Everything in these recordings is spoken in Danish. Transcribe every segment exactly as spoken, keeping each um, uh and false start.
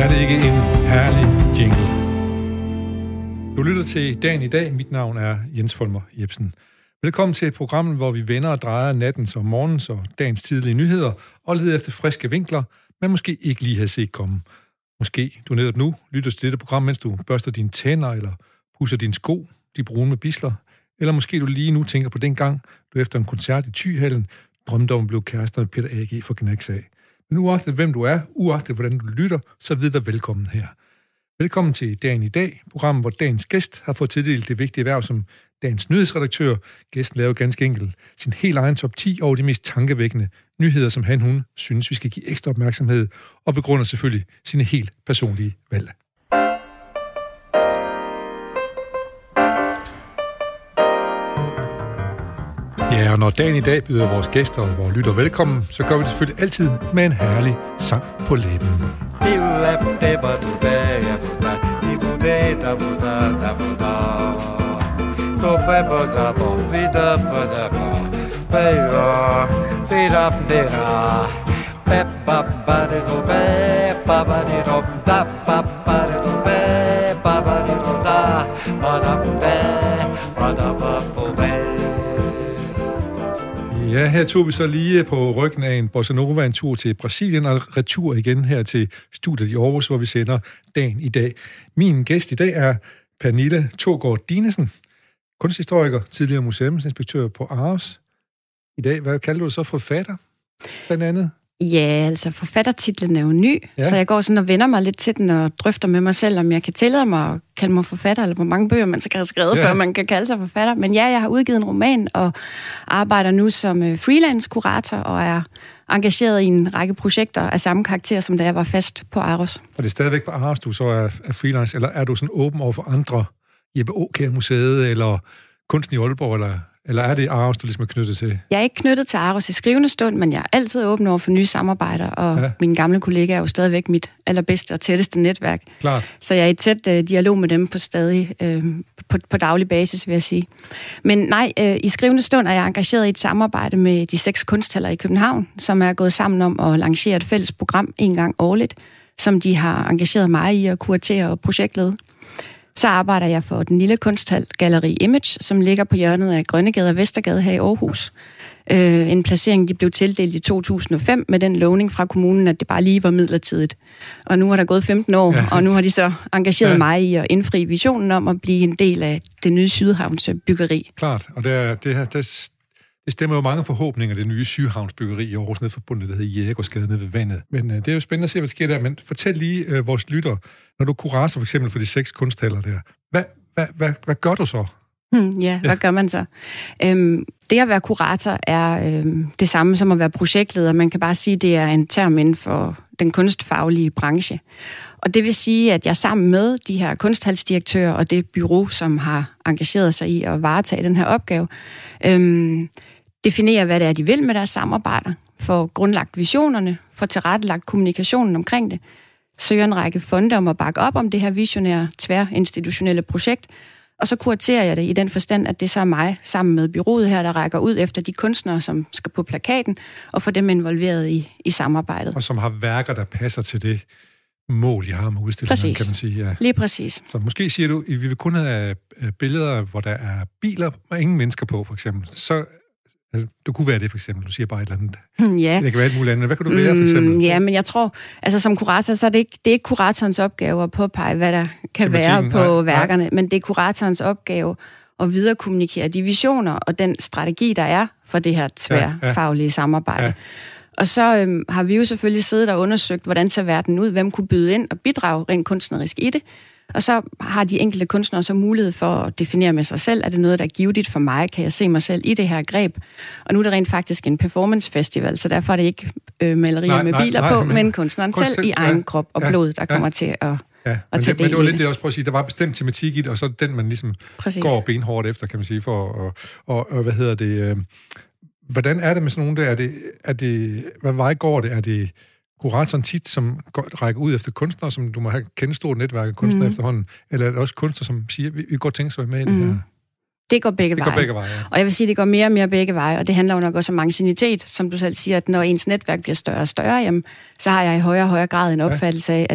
Er det ikke en herlig jingle? Du lytter til Dagen i dag. Mit navn er Jens Folmer Jebsen. Velkommen til programmet, hvor vi vender og drejer nattens og morgens og dagens tidlige nyheder og leder efter friske vinkler, man måske ikke lige havde set komme. Måske du netop nu lytter til dette program, mens du børster dine tænder eller pusser dine sko, de brune med bisler. Eller måske du lige nu tænker på den gang, du efter en koncert i Thyhallen drømte om at blive kærester med Peter A G for Knacks af. Men uagtet hvem du er, uagtet hvordan du lytter, så vid dig velkommen her. Velkommen til Dagen i dag, programmet, hvor dagens gæst har fået tildelt det vigtige erhverv som dagens nyhedsredaktør. Gæsten laver ganske enkelt sin helt egen top ti over de mest tankevækkende nyheder, som han, hun synes, vi skal give ekstra opmærksomhed, og begrunder selvfølgelig sine helt personlige valg. Ja, og når Dagen i dag byder vores gæster og vores lytter velkommen, så gør vi det selvfølgelig altid med en herlig sang på læben. Ja, her tog vi så lige på ryggen af en bossa nova en tur til Brasilien og retur igen her til studiet i Aarhus, hvor vi sender Dagen i dag. Min gæst i dag er Pernille Thorgaard Dinesen, kunsthistoriker, tidligere museumsinspektør på Aros. I dag, hvad kalder du det så, forfatter, blandt andet? Ja, altså forfattertitlen er jo ny, ja. Så jeg går sådan og vender mig lidt til den og drøfter med mig selv, om jeg kan tillade mig at kalde mig forfatter, eller hvor mange bøger man skal have skrevet, ja. Før man kan kalde sig forfatter. Men ja, jeg har udgivet en roman og arbejder nu som freelance-kurator og er engageret i en række projekter af samme karakter, som da jeg var fast på Aros. Og det er stadigvæk på Aros, du så er, er freelance, eller er du sådan åben over for andre, Jeppe Aakjær Museet, eller Kunsten i Aalborg, eller... Eller er det Aros, du ligesom er knyttet til? Jeg er ikke knyttet til Aros i skrivende stund, men jeg er altid åben over for nye samarbejder, og ja. Mine gamle kollegaer er jo stadigvæk mit allerbedste og tætteste netværk. Klart. Så jeg er i tæt uh, dialog med dem på stadig, uh, på, på daglig basis, vil jeg sige. Men nej, uh, i skrivende stund er jeg engageret i et samarbejde med de seks kunsthaller i København, som er gået sammen om at lancere et fælles program en gang årligt, som de har engageret mig i at kuratere og projektlede. Så arbejder jeg for den lille kunsthal Galleri Image, som ligger på hjørnet af Grønnegade og Vestergade her i Aarhus. Øh, en placering, de blev tildelt i to tusind og fem med den lovning fra kommunen, at det bare lige var midlertidigt. Og nu har der gået femten år, ja. Og nu har de så engageret ja. Mig i at indfri visionen om at blive en del af det nye Sydhavns byggeri. Klart, og det, er, det, her, det, det stemmer jo mange forhåbninger, det nye Sydhavns byggeri i Aarhus, nede forbundet, der hedder Jægersgade nede ved vandet. Men øh, det er jo spændende at se, hvad der sker der. Men fortæl lige øh, vores lytter, når du kurator for eksempel for de seks kunsthaller der, hvad, hvad, hvad, hvad gør du så? Hmm, ja, hvad gør man så? Øhm, det at være kurator er øhm, det samme som at være projektleder. Man kan bare sige, at det er en term inden for den kunstfaglige branche. Og det vil sige, at jeg sammen med de her kunsthalsdirektører og det bureau, som har engageret sig i at varetage den her opgave, øhm, definerer, hvad det er, de vil med deres samarbejder, for grundlagt visionerne, for tilrettelagt kommunikationen omkring det, søger en række fonde om at bakke op om det her visionære tværinstitutionelle projekt, og så kuraterer jeg det i den forstand, at det så er mig, sammen med bureauet her, der rækker ud efter de kunstnere, som skal på plakaten, og få dem involveret i, i samarbejdet. Og som har værker, der passer til det mål, jeg har med udstillingen, kan man sige. Ja. Lige præcis. Så måske siger du, at vi vil kun have billeder, hvor der er biler og ingen mennesker på, for eksempel. Så altså, du kunne være det, for eksempel. Du siger bare et eller andet. Ja. Det kan være et muligt andet. Hvad kan du være, for eksempel? Mm, ja, men jeg tror, altså som kurator, så er det ikke, det er ikke kuratorens opgave at påpege, hvad der kan være på nej, værkerne, nej. Men det er kuratorens opgave at viderekommunikere de visioner og den strategi, der er for det her tværfaglige ja, ja. samarbejde. Ja. Og så øhm, har vi jo selvfølgelig siddet og undersøgt, hvordan ser verden ud, hvem kunne byde ind og bidrage rent kunstnerisk i det. Og så har de enkelte kunstnere så mulighed for at definere med sig selv, er det noget, der er givetigt for mig, kan jeg se mig selv i det her greb. Og nu er det rent faktisk en performancefestival, så derfor er det ikke øh, malerier nej, med nej, biler nej, på, men, men kunstneren kunst, selv i egen ja, krop og ja, blod, der ja, kommer til at, ja, at men tage det, men det var lidt det, jeg også prøver at sige, der var bestemt tematik i det, og så den, man ligesom præcis. går benhårdt efter, kan man sige, for og, og, og hvad hedder det... Øh, hvordan er det med sådan nogle der? Er det, er det, hvad vej går det? Er det kuratoren tit, som går, rækker ud efter kunstnere, som du må have kendt stort netværk af kunstnere mm. efterhånden, eller er det også kunstnere, som siger, vi, vi går tænke sig med i det mm. her? Det går begge det veje. Går begge veje ja. Og jeg vil sige, det går mere og mere begge veje, og det handler jo nok også om anciennitet, som du selv siger, at når ens netværk bliver større og større, jamen, så har jeg i højere og højere grad en opfattelse af, at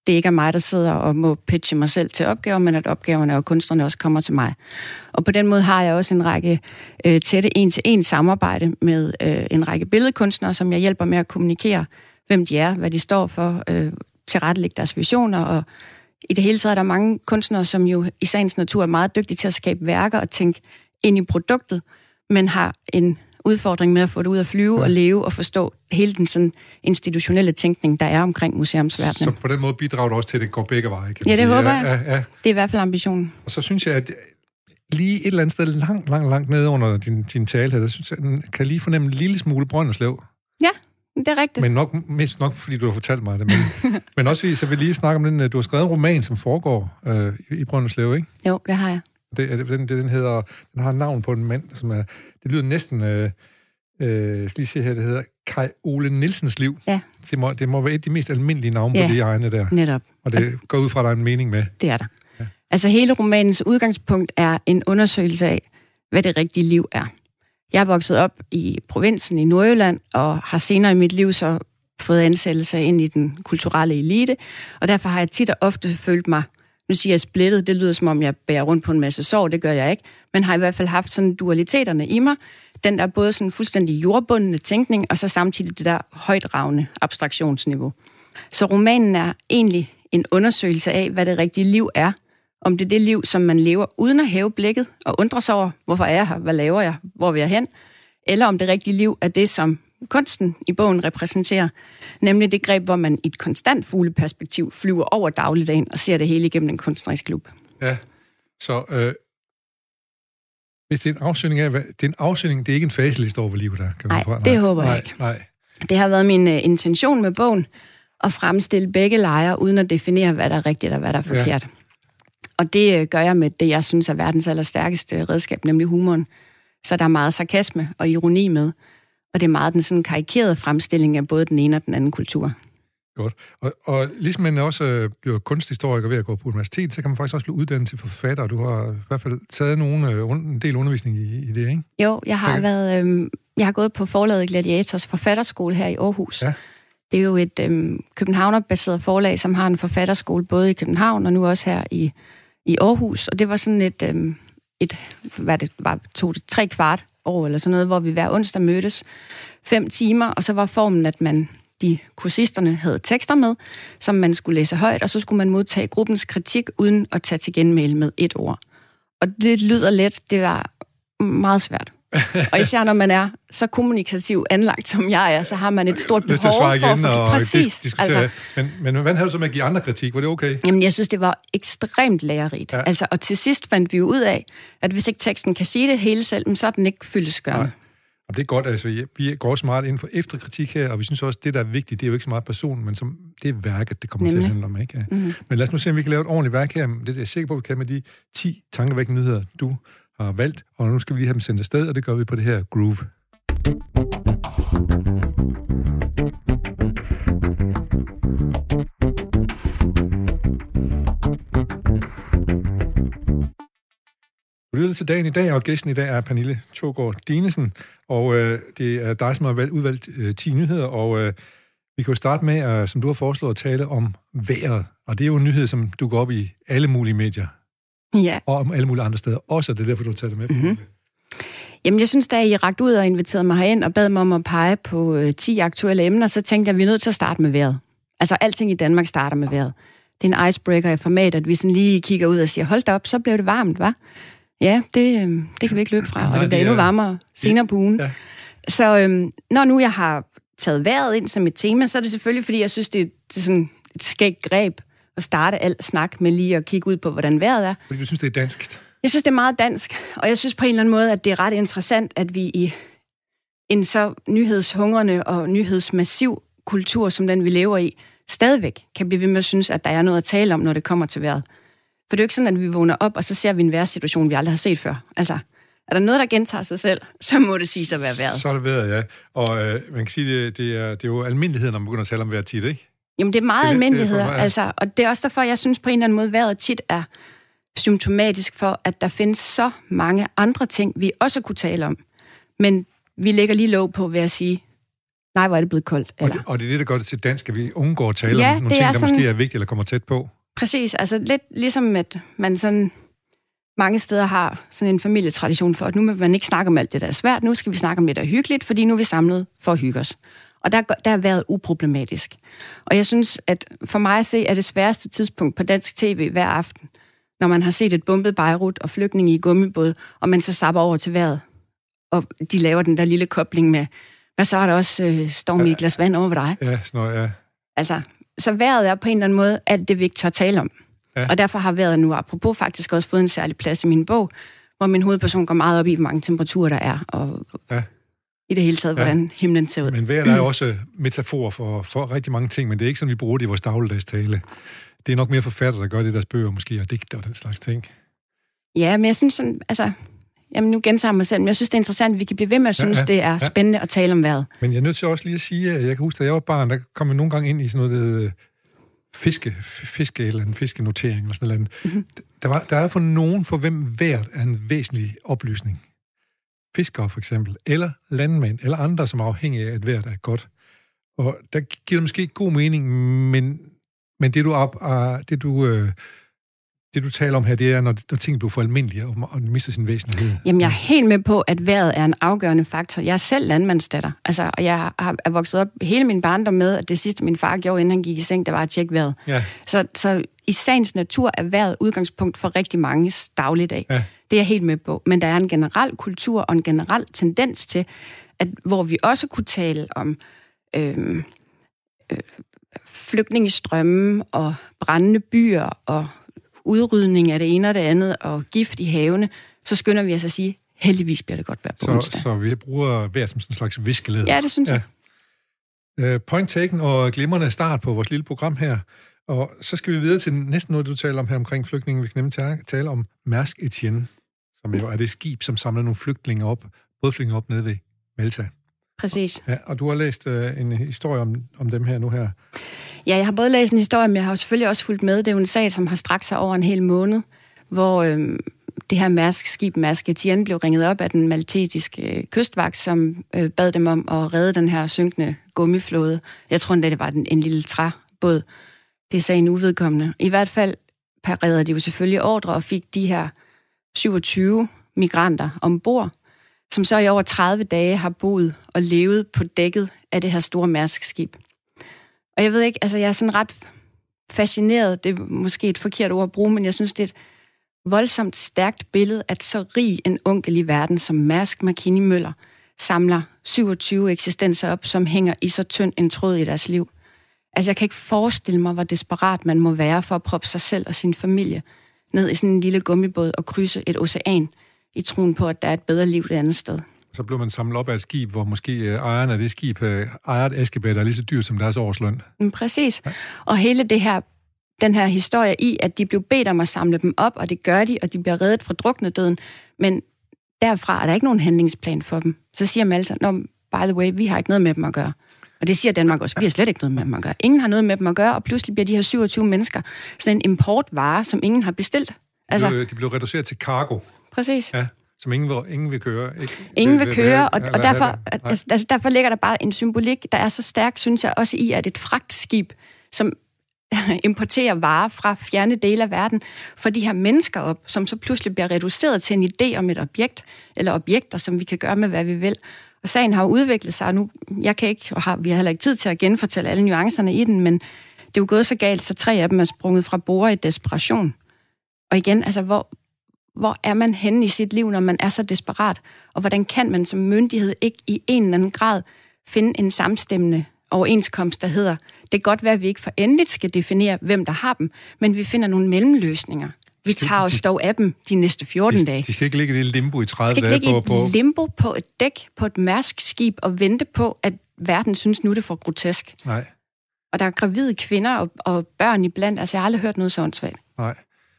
det ikke er mig, der sidder og må pitche mig selv til opgaver, men at opgaverne og kunstnerne også kommer til mig. Og på den måde har jeg også en række øh, tætte en-til-en samarbejde med øh, en række billedkunstnere, som jeg hjælper med at kommunikere, hvem de er, hvad de står for, øh, tilrettelægge deres visioner, og i det hele taget er der mange kunstnere, som jo i sagens natur er meget dygtige til at skabe værker og tænke ind i produktet, men har en udfordring med at få det ud at flyve ja. og leve og forstå hele den sådan institutionelle tænkning, der er omkring museumsverdenen. Så på den måde bidrager du også til, at det går begge veje? Ja, det håber jeg. Ja, ja. Det er i hvert fald ambitionen. Og så synes jeg, at lige et eller andet sted langt, langt, langt nede under din, din tale her, der synes jeg, den kan lige fornemme en lille smule Brønderslev. Ja, det er rigtigt. Men nok, mest nok, fordi du har fortalt mig det. Men, men også fordi, så vil lige snakke om den, du har skrevet en roman, som foregår øh, i Brønderslev, ikke? Jo, det har jeg. Det, den, den, hedder, den har navn på en mand, som er, det lyder næsten, øh, øh, skal lige se her, det hedder Kai Ole Nielsens liv. Ja. Det må, det må være et af de mest almindelige navne ja, på de egne der. Netop. Og det og går ud fra, at der er en mening med. Det er der. Ja. Altså hele romanens udgangspunkt er en undersøgelse af, hvad det rigtige liv er. Jeg er vokset op i provinsen i Nordjylland, og har senere i mit liv så fået ansættelse ind i den kulturelle elite, og derfor har jeg tit og ofte følt mig, nu siger jeg splittet, det lyder som om jeg bærer rundt på en masse sorg, det gør jeg ikke, men har i hvert fald haft sådan dualiteterne i mig, den der både sådan fuldstændig jordbundne tænkning, og så samtidig det der højtravende abstraktionsniveau. Så romanen er egentlig en undersøgelse af, hvad det rigtige liv er, om det er det liv, som man lever uden at hæve blikket og undre sig over, hvorfor er jeg her, hvad laver jeg, hvor vil jeg hen, eller om det rigtige liv er det, som kunsten i bogen repræsenterer, nemlig det greb, hvor man i et konstant fugleperspektiv flyver over dagligdagen og ser det hele igennem en kunstnerisk lup. Ja, så øh, hvis det er en afsøgning af, hvad, det er en afsøgning, det er ikke en faseliste over livet der, kan nej, man det håber nej, jeg ikke. Nej. Det har været min uh, intention med bogen, at fremstille begge lejre, uden at definere, hvad der er rigtigt og hvad der er forkert. Ja. Og det uh, gør jeg med det, jeg synes er verdens allerstærkeste redskab, nemlig humoren. Så der er meget sarkasme og ironi med. Og det er meget den sådan karikerede fremstilling af både den ene og den anden kultur. Godt. Og, og ligesom man også øh, bliver kunsthistoriker ved at gå på universitet, så kan man faktisk også blive uddannet til forfatter, og du har i hvert fald taget nogle, øh, en del undervisning i, i det, ikke? Jo, jeg har, okay. været, øh, jeg har gået på forlaget Gladiators forfatterskole her i Aarhus. Ja. Det er jo et øh, københavnerbaseret forlag, som har en forfatterskole både i København og nu også her i, i Aarhus. Og det var sådan et, øh, et hvad det var, tog det tre kvart år eller sådan noget, hvor vi hver onsdag mødtes fem timer, og så var formen, at man, de kursisterne havde tekster med, som man skulle læse højt, og så skulle man modtage gruppens kritik, uden at tage til genmæle med et ord. Og det lyder let, det var meget svært. Og især når man er så kommunikativ anlagt, som jeg er, så har man et stort behov for at få præcis. Dis- altså, men, men hvordan havde du så med at give andre kritik? Var det okay? Jamen, jeg synes, det var ekstremt lærerigt. Ja. Altså, og til sidst fandt vi jo ud af, at hvis ikke teksten kan sige det hele selv, så er den ikke fyldestgørende. Og det er godt, altså vi går også meget inden for efterkritik her, og vi synes også, det der er vigtigt, det er jo ikke så meget personen, men som det er værket, det kommer Nemlig. til at handle om, ikke? Ja. Mm-hmm. Men lad os nu se, om vi kan lave et ordentligt værk her. Det er jeg sikker på, at vi kan med de ti tankevækkende nyheder, du har valgt, og nu skal vi lige have dem sendt afsted, og det gør vi på det her groove. Du lytter til dagen i dag, og gæsten i dag er Pernille Thorgård Dinesen, og øh, det er dig, som har valgt, udvalgt øh, ti nyheder, og øh, vi kan jo starte med, øh, som du har foreslået, at tale om vejret, og det er jo en nyhed, som dukker op i alle mulige medier. Ja. Og om alle mulige andre steder også, og det er derfor, du har taget det med. Mm-hmm. Jamen, jeg synes, da I rakte ud og inviterede mig herind og bad mig om at pege på øh, ti aktuelle emner, så tænkte jeg, at vi er nødt til at starte med vejret. Altså, alting i Danmark starter med vejret. Det er en icebreaker i format, at vi sådan lige kigger ud og siger, hold da op, så blev det varmt, hva'? Ja, det, øh, det kan vi ikke løbe fra, og det bliver endnu varmere senere på ugen. Ja. Så øh, når nu jeg har taget vejret ind som et tema, så er det selvfølgelig, fordi jeg synes, det er, det er sådan et skægt greb at starte al snak med lige at kigge ud på, hvordan vejret er. Fordi du synes, det er dansk? Jeg synes, det er meget dansk, og jeg synes på en eller anden måde, at det er ret interessant, at vi i en så nyhedshungrende og nyhedsmassiv kultur, som den vi lever i, stadigvæk kan blive ved med at synes, at der er noget at tale om, når det kommer til vejret. For det er jo ikke sådan, at vi vågner op, og så ser vi en vejrsituation, vi aldrig har set før. Altså, er der noget, der gentager sig selv, så må det sige at være vejret. Så er det vejret, ja. Og øh, man kan sige, det, det, er, det er jo almindelighed, når man begynder at tale om vejret tit, ikke? Jamen, det er meget det, almindeligheder, det er for, ja. altså, og det er også derfor, jeg synes på en eller anden måde, vejret tit er symptomatisk for, at der findes så mange andre ting, vi også kunne tale om. Men vi lægger lige låg på ved at sige, nej, hvor er det blevet koldt. Eller? Og, det, og det er det, der gør det til dansk, at vi undgår at tale ja, om nogle ting, der sådan, måske er vigtige eller kommer tæt på. Præcis, altså lidt ligesom, at man sådan mange steder har sådan en familietradition for, at nu vil man ikke snakke om alt det, der er svært, nu skal vi snakke om det, der er hyggeligt, fordi nu er vi samlet for at hygge os. Og der, der har været uproblematisk. Og jeg synes, at for mig at se, er det sværeste tidspunkt på dansk tv hver aften, når man har set et bombet Beirut og flygtninge i gummibåd, og man så sapper over til vejret, og de laver den der lille kobling med, hvad så er der også øh, storm i et glas vand over ved dig? Ja, sådan noget, ja. Altså, så vejret er på en eller anden måde alt det, vi ikke tør tale om. Ja. Og derfor har vejret nu, apropos, faktisk også fået en særlig plads i min bog, hvor min hovedperson går meget op i, hvor mange temperaturer der er, og ja. i det hele taget, hvordan ja. himlen ser ud. Men vejret er jo også metafor for, for rigtig mange ting, men det er ikke sådan, vi bruger det i vores dagligdagstale. Det er nok mere forfatter, der gør det, deres bøger måske, og digter og den slags ting. Ja, men jeg synes sådan, altså, jamen nu gentager jeg mig selv, men jeg synes, det er interessant, at vi kan blive ved med at synes, ja, ja, det er ja. spændende at tale om vejret. Men jeg er nødt til også lige at sige, at jeg kan huske, at jeg var barn, der kom jeg nogle gange ind i sådan noget, der fiske, fiske eller en fiskenotering eller sådan noget. Mm-hmm. Der, var, der er for nogen, for hvem vejret er en væsentlig oplysning. Fiskere for eksempel, eller landmænd, eller andre, som er afhængige af, at vejret er godt. Og der giver det måske god mening, men, men det du op, uh, det du øh, det du taler om her, det er, når, når ting bliver for almindelige, og, og mister sin væsentlighed. Jamen, jeg er helt med på, at vejret er en afgørende faktor. Jeg er selv landmandsdatter, altså, og jeg har, er vokset op hele min barndom med, at det sidste, min far gjorde, inden han gik i seng, det var at tjekke vejret. Ja. Så, så i sagens natur er vejret udgangspunkt for rigtig manges dagligdag. Ja. Det er jeg helt med på. Men der er en generel kultur og en generel tendens til, at hvor vi også kunne tale om øh, øh, flygtningestrømme og brændende byer og udrydning af det ene og det andet, og gift i havene, så skynder vi os at sige, heldigvis bliver det godt vejr på så, onsdag. Så vi bruger vejr som sådan en slags viskeled. Ja, det synes jeg. Ja. Uh, point taken og glimrende start på vores lille program her. Og så skal vi videre til næsten noget, du taler om her omkring flygtninge. Vi kan nemlig tale om Mærsk Etienne, som jo er det skib, som samler nogle flygtninge op, bådflygtninge op nede ved Malta. Præcis. Ja, og du har læst uh, en historie om, om dem her nu her. Ja, jeg har både læst en historie, men jeg har selvfølgelig også fulgt med. Det er jo en sag, som har strakt sig over en hel måned, hvor øh, det her Mærsk-skib, Mærsk Etienne, blev ringet op af den maltesiske øh, kystvagt, som øh, bad dem om at redde den her synkende gummiflåde. Jeg tror endda, det var en, en lille træbåd. Det er sagen uvedkommende. I hvert fald parerede de jo selvfølgelig ordre og fik de her syvogtyve migranter ombord, som så i over tredive dage har boet og levet på dækket af det her store Mærsk-skib. Og jeg ved ikke, altså jeg er sådan ret fascineret, det er måske et forkert ord at bruge, men jeg synes, det er et voldsomt stærkt billede, at så rig en onkel i verden som Mærsk Mc-Kinney Møller samler syvogtyve eksistenser op, som hænger i så tynd en tråd i deres liv. Altså jeg kan ikke forestille mig, hvor desperat man må være for at proppe sig selv og sin familie ned i sådan en lille gummibåd og krydse et ocean i troen på, at der er et bedre liv det andet sted. Så blev man samlet op af et skib, hvor måske ejeren af det skib ejer et æskebæt, der er lige så dyrt som deres årsløn. Præcis. Ja. Og hele det her, den her historie i, at de blev bedt om at samle dem op, og det gør de, og de bliver reddet fra druknedøden. Men derfra er der ikke nogen handlingsplan for dem. Så siger Malta, no, by the way, vi har ikke noget med dem at gøre. Og det siger Danmark også, vi har slet ikke noget med dem at gøre. Ingen har noget med dem at gøre, og pludselig bliver de her syvogtyve mennesker sådan en importvare, som ingen har bestilt. Altså, de, blev, de blev reduceret til cargo. Præcis. Ja. Som ingen vil, ingen vil køre. Ikke? Ingen vil, vil køre, have, og, og derfor, altså, altså, derfor ligger der bare en symbolik, der er så stærk, synes jeg, også i, at et fragtskib, som importerer varer fra fjerne dele af verden, for de her mennesker op, som så pludselig bliver reduceret til en idé om et objekt, eller objekter, som vi kan gøre med, hvad vi vil. Og sagen har jo udviklet sig, og nu, jeg kan ikke, og har, vi har heller ikke tid til at genfortælle alle nuancerne i den, men det er jo gået så galt, så tre af dem er sprunget fra borde i desperation. Og igen, altså, hvor Hvor er man henne i sit liv, når man er så desperat? Og hvordan kan man som myndighed ikke i en eller anden grad finde en samstemmende overenskomst, der hedder, det kan godt være, at vi ikke for endeligt skal definere, hvem der har dem, men vi finder nogle mellemløsninger. Vi tager os dog af dem de næste fjorten de, dage. De skal ikke ligge i limbo i tredive dage. De skal ikke ligge i limbo på et dæk på et Mærsk-skib og vente på, at verden synes, nu er det for grotesk. Nej. Og der er gravide kvinder og, og børn iblandt. Altså, jeg har aldrig hørt noget så åndssvagt. Nej.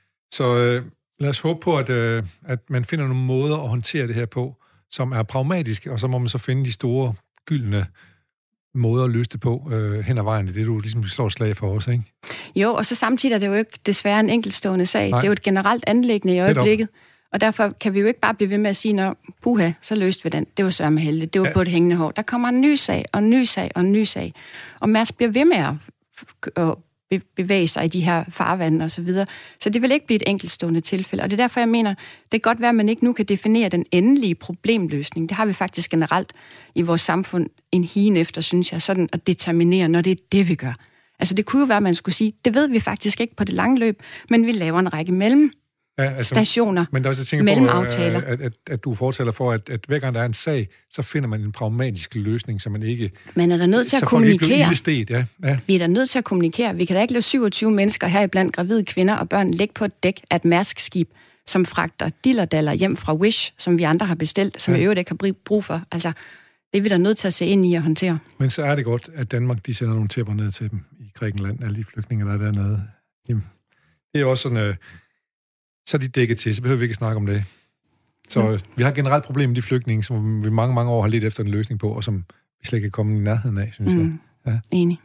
Så øh, lad os håbe på, at, øh, at man finder nogle måder at håndtere det her på, som er pragmatiske, og så må man så finde de store, gyldne måder at løse det på øh, hen ad vejen. Det er det, du ligesom slår slag for os, ikke? Jo, og så samtidig er det jo ikke desværre en enkeltstående sag. Nej. Det er jo et generelt anliggende i øjeblikket. Og derfor kan vi jo ikke bare blive ved med at sige, nå, puha, så løste vi den. Det var sørme heldigt. Det var ja. på et hængende hår. Der kommer en ny sag, og en ny sag, og en ny sag. Og Mads bliver ved med at bevæge sig i de her farvande og så videre. Så det vil ikke blive et enkeltstående tilfælde. Og det er derfor, jeg mener, det kan godt være, at man ikke nu kan definere den endelige problemløsning. Det har vi faktisk generelt i vores samfund en higen efter, synes jeg, sådan at determinere, når det er det, vi gør. Altså det kunne jo være, at man skulle sige, det ved vi faktisk ikke på det lange løb, men vi laver en række mellem ja, altså, stationer, men der er også, mellemaftaler. At, at, at du fortæller for, at, at hver gang der er en sag, så finder man en pragmatisk løsning, så man ikke... Man er der nødt til at kommunikere. Ja, ja. Vi er der nødt til at kommunikere. Vi kan da ikke lade syvogtyve mennesker her iblandt gravide kvinder og børn ligge på et dæk af et Mærsk-skib, som fragter dillerdaller hjem fra Wish, som vi andre har bestilt, som ja. i øvrigt ikke har brug for. Altså, det er vi da nødt til at se ind i og håndtere. Men så er det godt, at Danmark de sender nogle tæpper ned til dem i Grækenland, alle de flygtninge, der er dernede. Jamen, det er også sådan... Øh, så er de dækket til, så behøver vi ikke snakke om det. Så mm. vi har et generelt problem med de flygtninge, som vi mange, mange år har lidt efter en løsning på, og som vi slet ikke er kommet i nærheden af, synes mm. jeg. Ja. Enig.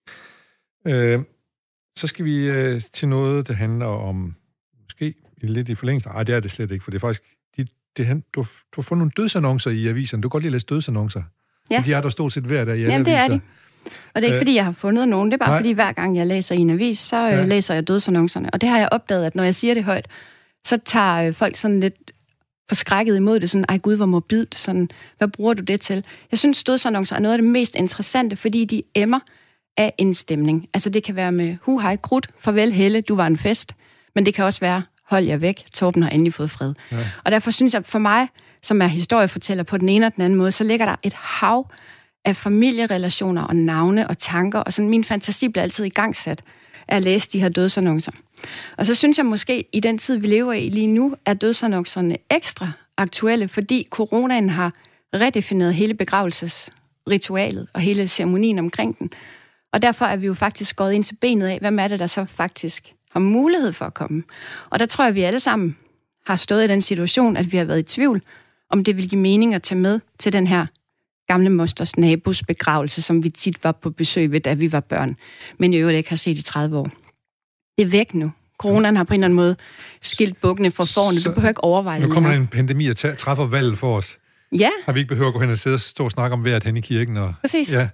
Øh, så skal vi øh, til noget, der handler om, måske lidt i forlængelse. Nej, det er det slet ikke, for det er faktisk, de, det, du, du har fundet nogle dødsannoncer i aviserne. Du kan godt lide at læse dødsannoncer. Ja. De er der stort set hver dag i alle Jamen, det aviser. Er de. Og det er ikke, fordi jeg har fundet nogen. Det er bare, Nej. fordi hver gang jeg læser i en avis, så ja. læser jeg dødsannoncerne. Og det har jeg opdaget, at når jeg siger det højt, så tager folk sådan lidt forskrækket imod det. Sådan, ej gud, hvor morbidt. Sådan, hvad bruger du det til? Jeg synes, dødsannoncer er noget af det mest interessante, fordi de emmer af en stemning. Altså det kan være med, hu hej, krudt, farvel Helle, du var en fest. Men det kan også være, hold jer væk, Torben har endelig fået fred. Ja. Og derfor synes jeg, for mig, som er historiefortæller på den ene og den anden måde, så ligger der et hav af familierelationer og navne og tanker, og sådan min fantasi bliver altid igangsat af at læse de her dødsannoncer. Og så synes jeg måske, i den tid, vi lever i lige nu, er dødsannoncerne ekstra aktuelle, fordi coronaen har redefineret hele begravelsesritualet og hele ceremonien omkring den. Og derfor er vi jo faktisk gået ind til benet af, hvem er det, der så faktisk har mulighed for at komme. Og der tror jeg, at vi alle sammen har stået i den situation, at vi har været i tvivl, om det vil give mening at tage med til den her gamle mosters nabos begravelse, som vi tit var på besøg ved, da vi var børn, men i øvrigt ikke har set i tredive år. Det er væk nu. Coronaen har på en eller anden måde skilt bukkene fra forne. Du behøver ikke overveje det. Nu kommer der en pandemi og tager, træffer valget for os. Ja. Har vi ikke behøver at gå hen og sidde og stå og snakke om vejret hen i kirken. Og, Præcis. Ja.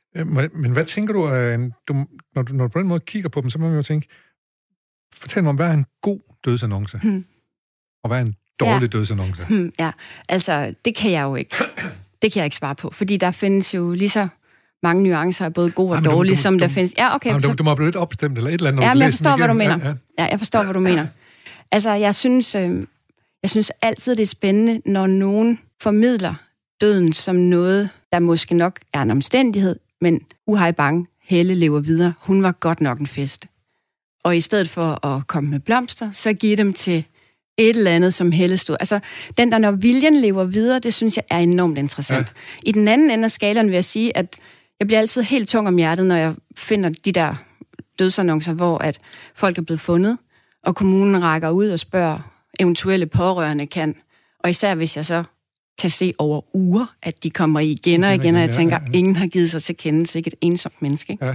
Men hvad tænker du, du når, du, når du på den måde kigger på dem, så må man jo tænke, fortæl mig om, hvad er en god dødsannonce? Hmm. Og hvad er en dårlig ja. dødsannonce? Hmm, ja, altså, det kan jeg jo ikke. Det kan jeg ikke svare på, fordi der findes jo lige så mange nuancer af både gode og dårlige, som der du, findes. Ja, okay. Jamen, så... Du må blive lidt opstemt, eller et eller andet. Ja, men jeg forstår, hvad du mener. Ja, ja. ja, jeg forstår, hvad du mener. Altså, jeg synes, øh, jeg synes altid, det er spændende, når nogen formidler døden som noget, der måske nok er en omstændighed, men uhej bange, Helle lever videre. Hun var godt nok en fest. Og i stedet for at komme med blomster, så giver dem til et eller andet, som Helle stod. Altså, den der, når viljen lever videre, det synes jeg er enormt interessant. Ja. I den anden ende af skalaen vil jeg sige, at jeg bliver altid helt tung om hjertet, når jeg finder de der dødsannoncer, hvor at folk er blevet fundet, og kommunen rækker ud og spørger eventuelle pårørende kan. Og især hvis jeg så kan se over uger, at de kommer igen og igen, og jeg tænker, ja, ja, ja. ingen har givet sig til kendelse, ikke et ensomt menneske. Ikke? Ja.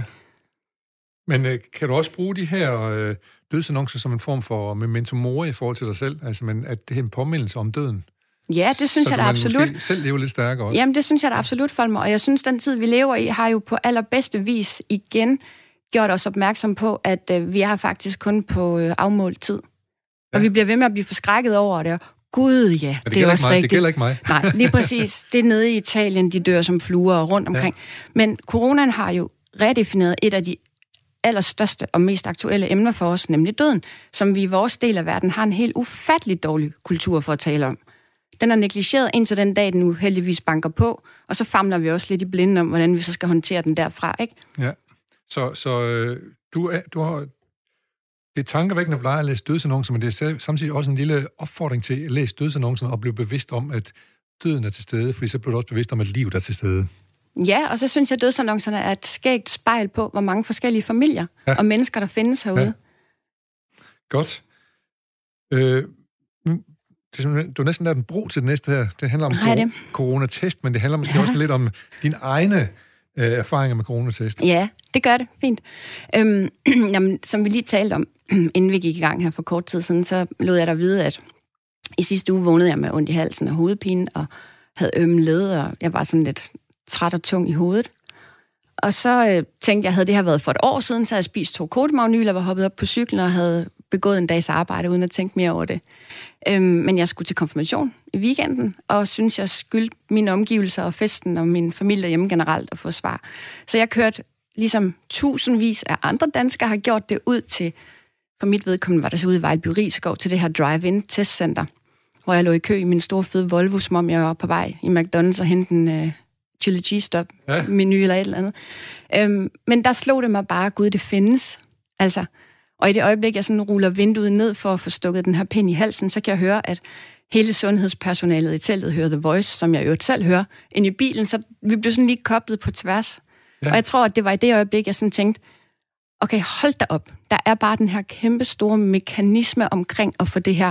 Men øh, kan du også bruge de her øh, dødsannoncer som en form for memento mori i forhold til dig selv? Altså, men at det er en påmindelse om døden? Ja, det synes så jeg da absolut. Så selv leve lidt stærkere også? Jamen, det synes jeg da absolut, Folmer. Og jeg synes, den tid, vi lever i, har jo på allerbedste vis igen gjort os opmærksom på, at øh, vi er faktisk kun på øh, afmålt tid. Ja. Og vi bliver ved med at blive forskrækket over det. Gud, ja, det, det er også mig. rigtigt. Det gælder ikke mig. Nej, lige præcis. Det er nede i Italien, de dør som fluer og rundt omkring. Ja. Men coronaen har jo redefineret et af de allerstørste og mest aktuelle emner for os, nemlig døden, som vi i vores del af verden har en helt ufattelig dårlig kultur for at tale om. Den er negligeret indtil den dag, den nu heldigvis banker på, og så famler vi også lidt i blinde om, hvordan vi så skal håndtere den derfra, ikke? Ja, så, så øh, du, er, du har... Det er tankevækkende for dig at læse dødsannoncer, men det er samtidig også en lille opfordring til at læse dødsannoncer og blive bevidst om, at døden er til stede, fordi så bliver du også bevidst om, at livet er til stede. Ja, og så synes jeg, at dødsannoncerne er et skægt spejl på, hvor mange forskellige familier ja. og mennesker, der findes herude. Ja. Godt. Øh, du har næsten lavet en bro til det næste her. Det handler om det. coronatest, men det handler måske ja. også lidt om dine egne øh, erfaringer med coronatest. Ja, det gør det. Fint. Øhm, jamen, som vi lige talte om, inden vi gik i gang her for kort tid siden, så lod jeg dig vide, at I sidste uge vågnede jeg med ondt i halsen og hovedpine, og havde ømme led, og jeg var sådan lidt træt og tung i hovedet. Og så øh, tænkte jeg, havde det her været for et år siden, så havde jeg spist to kodemagnyl og var hoppet op på cyklen og havde begået en dags arbejde, uden at tænke mere over det. Øhm, men jeg skulle til konfirmation i weekenden, og synes, jeg skyldte mine omgivelser og festen og min familie derhjemme generelt at få svar. Så jeg kørte, ligesom tusindvis af andre danskere har gjort det, ud til, for mit vedkommende var der så ude i Vejlby Risskov, til det her drive-in testcenter, hvor jeg lå i kø i min store fede Volvo, som om jeg var på vej i McDonald's og hente en øh, chili cheese stop ja. menu eller et eller andet. Øhm, men der slog det mig bare, gud, det findes. Altså, og i det øjeblik, jeg sådan ruller vinduet ned for at få stukket den her pind i halsen, så kan jeg høre, at hele sundhedspersonalet i teltet hører The Voice, som jeg jo selv hører, ind i bilen, så vi blev sådan lige koblet på tværs. Ja. Og jeg tror, at det var i det øjeblik, jeg sådan tænkte, okay, hold da op. Der er bare den her kæmpe store mekanisme omkring at få det her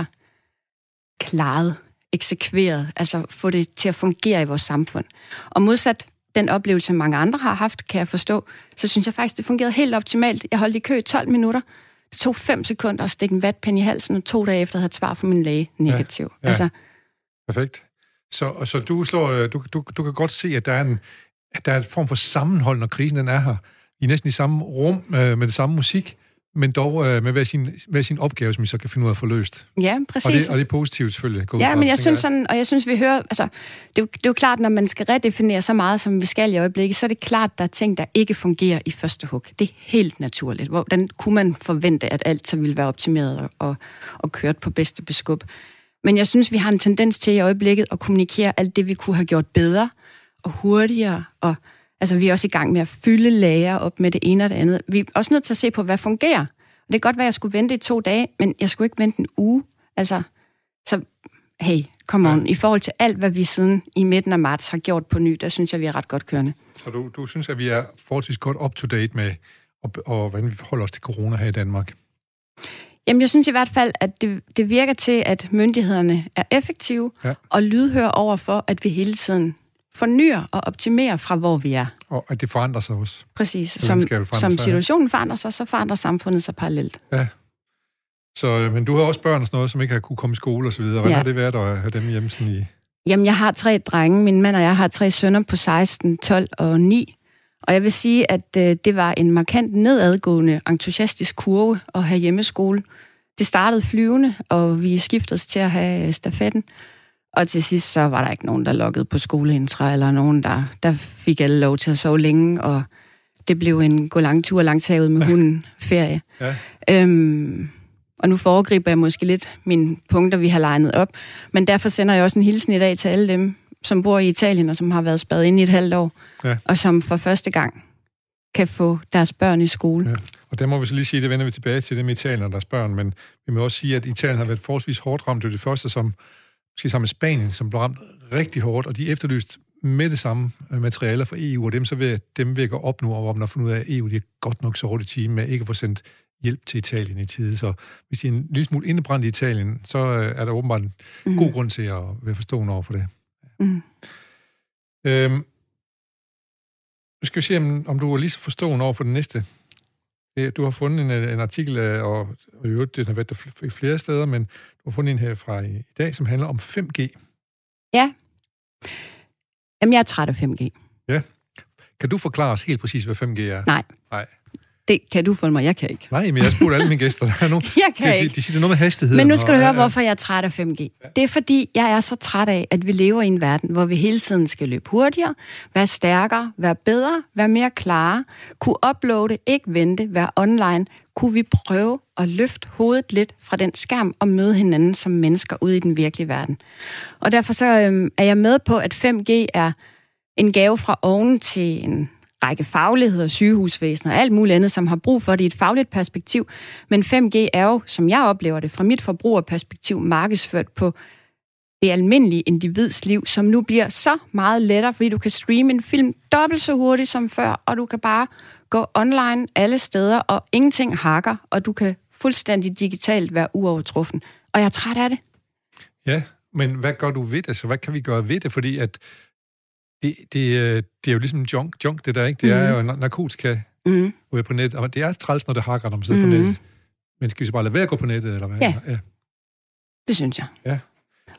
klaret, eksekveret, altså få det til at fungere i vores samfund. Og modsat den oplevelse, mange andre har haft, kan jeg forstå, så synes jeg faktisk, det fungerede helt optimalt. Jeg holdt i kø i tolv minutter. Det tog fem sekunder at stikke en vatpind i halsen, og to dage efter havde jeg et svar fra min læge negativ. Ja, ja. Altså, perfekt. Så, så du, slår, du, du, du kan godt se, at der er en, at der er en form for sammenhold, når krisen den er her. I næsten i samme rum, øh, med det samme musik, men dog øh, med hver sin, hver sin opgave, som vi så kan finde ud af at få løst. Ja, præcis. Og det, og det er positivt selvfølgelig. Ja, men jeg synes sådan, og jeg synes, vi hører, altså, det er, jo, det er jo klart, når man skal redefinere så meget, som vi skal i øjeblikket, så er det klart, der er ting, der ikke fungerer i første hug. Det er helt naturligt. Hvordan kunne man forvente, at alt så ville være optimeret og, og, og kørt på bedste beskub? Men jeg synes, vi har en tendens til i øjeblikket at kommunikere alt det, vi kunne have gjort bedre og hurtigere, og altså, vi er også i gang med at fylde lager op med det ene og det andet. Vi er også nødt til at se på, hvad fungerer. Det kan godt være, at jeg skulle vente i to dage, men jeg skulle ikke vente en uge. Altså, så hey, come on. Ja. I forhold til alt, hvad vi siden i midten af marts har gjort på ny, der synes jeg, vi er ret godt kørende. Så du, du synes, at vi er forholdsvis godt up-to-date med, og, og hvordan vi forholder os til corona her i Danmark? Jamen, jeg synes i hvert fald, at det, det virker til, at myndighederne er effektive ja. og lydhør over for, at vi hele tiden fornyer og optimerer fra, hvor vi er. Og at det forandrer sig også. Præcis. Som, som situationen forandrer sig, så forandrer samfundet sig parallelt. Ja. Så, men du har også børn og sådan noget, som ikke har kunne komme i skole og så videre. Hvordan ja. har det været at have dem hjemme sådan i? Jamen, jeg har tre drenge. Min mand og jeg har tre sønner på seksten, tolv og ni. Og jeg vil sige, at øh, det var en markant nedadgående, entusiastisk kurve at have hjemmeskole. Det startede flyvende, og vi skiftedes til at have stafetten. Og til sidst så var der ikke nogen, der lokkede på skoleintra, eller nogen, der, der fik alle lov til at sove længe, og det blev en gå lang tur langs havet med hunden ferie. Ja. Øhm, og nu foregriber jeg måske lidt mine punkter, vi har legnet op, men derfor sender jeg også en hilsen i dag til alle dem, som bor i Italien, og som har været spadet inde i et halvt år, ja. og som for første gang kan få deres børn i skole. Ja. Og der må vi så lige sige, det vender vi tilbage til dem i Italien og deres børn, men vi må også sige, at Italien har været forholdsvis hårdt ramt. Det er det første, som måske sammen med Spanien, som blev ramt rigtig hårdt, og de efterlyste med det samme materialer fra E U, og dem så vil dem vil gå op nu, og hvor man har fundet ud af, at E U de er godt nok så hårdt i time med ikke at få sendt hjælp til Italien i tide. Så hvis de er en lille smule indebrændt i Italien, så er der åbenbart en mm. god grund til at være forstående over for det. Mm. Øhm, nu skal vi se, om, om du er lige så forstående over for det næste. Du har fundet en, en artikel, og, og i øvrigt, den har været der i flere steder, men du har fundet en her fra i, i dag, som handler om fem G. Ja. Jamen, jeg er træt af fem G. Ja. Kan du forklare os helt præcis, hvad fem G er? Nej. Nej. Det kan du for mig, jeg kan ikke. Nej, men jeg spurgte alle mine gæster. Der er nogle, jeg kan de, ikke. De, de siger noget med hastighed. Men nu skal du høre, hvorfor jeg er træt af fem G. Ja. Det er fordi, jeg er så træt af, at vi lever i en verden, hvor vi hele tiden skal løbe hurtigere, være stærkere, være bedre, være mere klare, kunne uploade, ikke vente, være online. Kunne vi prøve at løfte hovedet lidt fra den skærm og møde hinanden som mennesker ude i den virkelige verden. Og derfor så øhm, er jeg med på, at fem G er en gave fra oven til en række fagligheder, sygehusvæsener og alt muligt andet, som har brug for det i et fagligt perspektiv. Men fem G er jo, som jeg oplever det, fra mit forbrugerperspektiv markedsført på det almindelige individs liv, som nu bliver så meget lettere, fordi du kan streame en film dobbelt så hurtigt som før, og du kan bare gå online alle steder, og ingenting hakker, og du kan fuldstændig digitalt være uovertruffen. Og jeg er træt af det. Ja, men hvad gør du ved det? Så hvad kan vi gøre ved det? Fordi at det, det, det er jo ligesom junk, junk det der, ikke? Det mm. er jo narkotika mm. ude på nettet, og det er træls, når det hakker, når man sidder mm. på nettet. Men skal vi så bare lade være at gå på nettet, eller hvad? Ja, ja. Det synes jeg. Ja.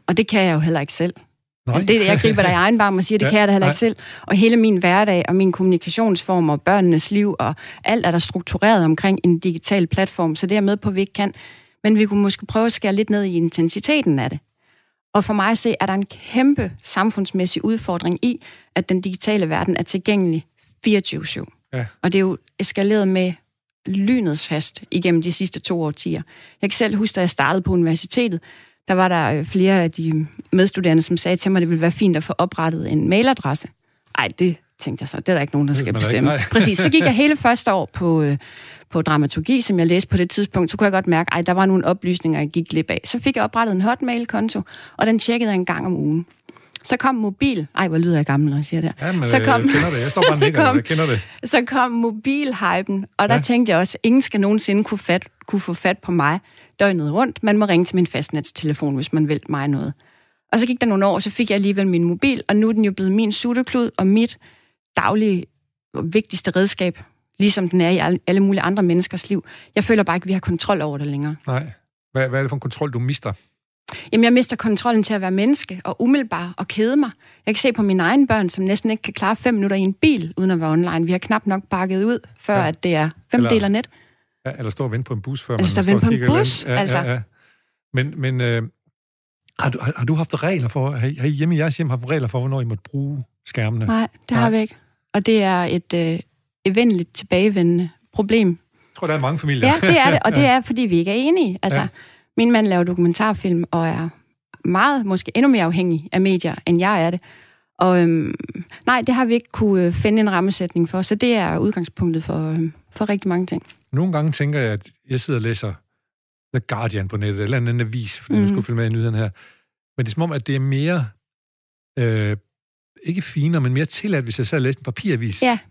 og det kan jeg jo heller ikke selv. Nej. Det, jeg griber dig i egen barm og siger, det ja, kan jeg da heller ikke selv. Og hele min hverdag og min kommunikationsform og børnenes liv og alt er der struktureret omkring en digital platform, så det er med på, at vi ikke kan. Men vi kunne måske prøve at skære lidt ned i intensiteten af det. Og for mig at se, er der en kæmpe samfundsmæssig udfordring i, at den digitale verden er tilgængelig fireogtyve syv. Ja. Og det er jo eskaleret med lynets hast igennem de sidste to årtier. Jeg kan selv huske, da jeg startede på universitetet, der var der flere af de medstuderende, som sagde til mig, at det ville være fint at få oprettet en mailadresse. Ej, det tænkte jeg så, det er der ikke nogen, der skal bestemme. Præcis, så gik jeg hele første år på, på dramaturgi, som jeg læste på det tidspunkt, så kunne jeg godt mærke, at der var nogle oplysninger, jeg gik glip af. Så fik jeg oprettet en hotmail-konto, og den tjekkede jeg en gang om ugen. Så kom mobil... Ej, hvor lyder jeg gammel, når jeg siger det. Ja, men så kom, jeg kender det. Jeg står bare så kom, jeg kender det. Så kom mobilhypen, og der ja. tænkte jeg også, at ingen skal nogensinde kunne, fat, kunne få fat på mig døgnet rundt. Man må ringe til min fastnetstelefon, hvis man vil mig noget. Og så gik der nogle år, så fik jeg alligevel min mobil, og nu er den jo blevet min sutteklud og mit daglige vigtigste redskab, ligesom den er i alle mulige andre menneskers liv. Jeg føler bare ikke, at vi har kontrol over det længere. Nej. Hvad, hvad er det for en kontrol, du mister? Jamen, jeg mister kontrollen til at være menneske og umiddelbar og kede mig. Jeg kan se på mine egne børn, som næsten ikke kan klare fem minutter i en bil, uden at være online. Vi har knap nok bakket ud, før ja. at det er fem eller, deler net. Ja, eller stå og vente på en bus, før eller man står og vente på en bus, ja, altså. Ja, ja. Men, men øh, har, du, har, har du haft regler for, har I hjemme i jeres hjem haft regler for, hvornår I måtte bruge skærmene? Nej, det Nej. har vi ikke. Og det er et øh, evindeligt tilbagevendende problem. Jeg tror, der er mange familier. Ja, det er det, og det er, fordi vi ikke er enige. Altså, ja. Min mand laver dokumentarfilm og er meget, måske endnu mere afhængig af medier, end jeg er det. Og øhm, nej, det har vi ikke kunne finde en rammesætning for, så det er udgangspunktet for, øhm, for rigtig mange ting. Nogle gange tænker jeg, at jeg sidder og læser The Guardian på nettet, eller en anden avis, fordi mm. jeg skulle følge med i nyheden her. Men det er som om, at det er mere, øh, ikke finere, men mere tilladt, hvis jeg sad og læste en papiravis. Ja.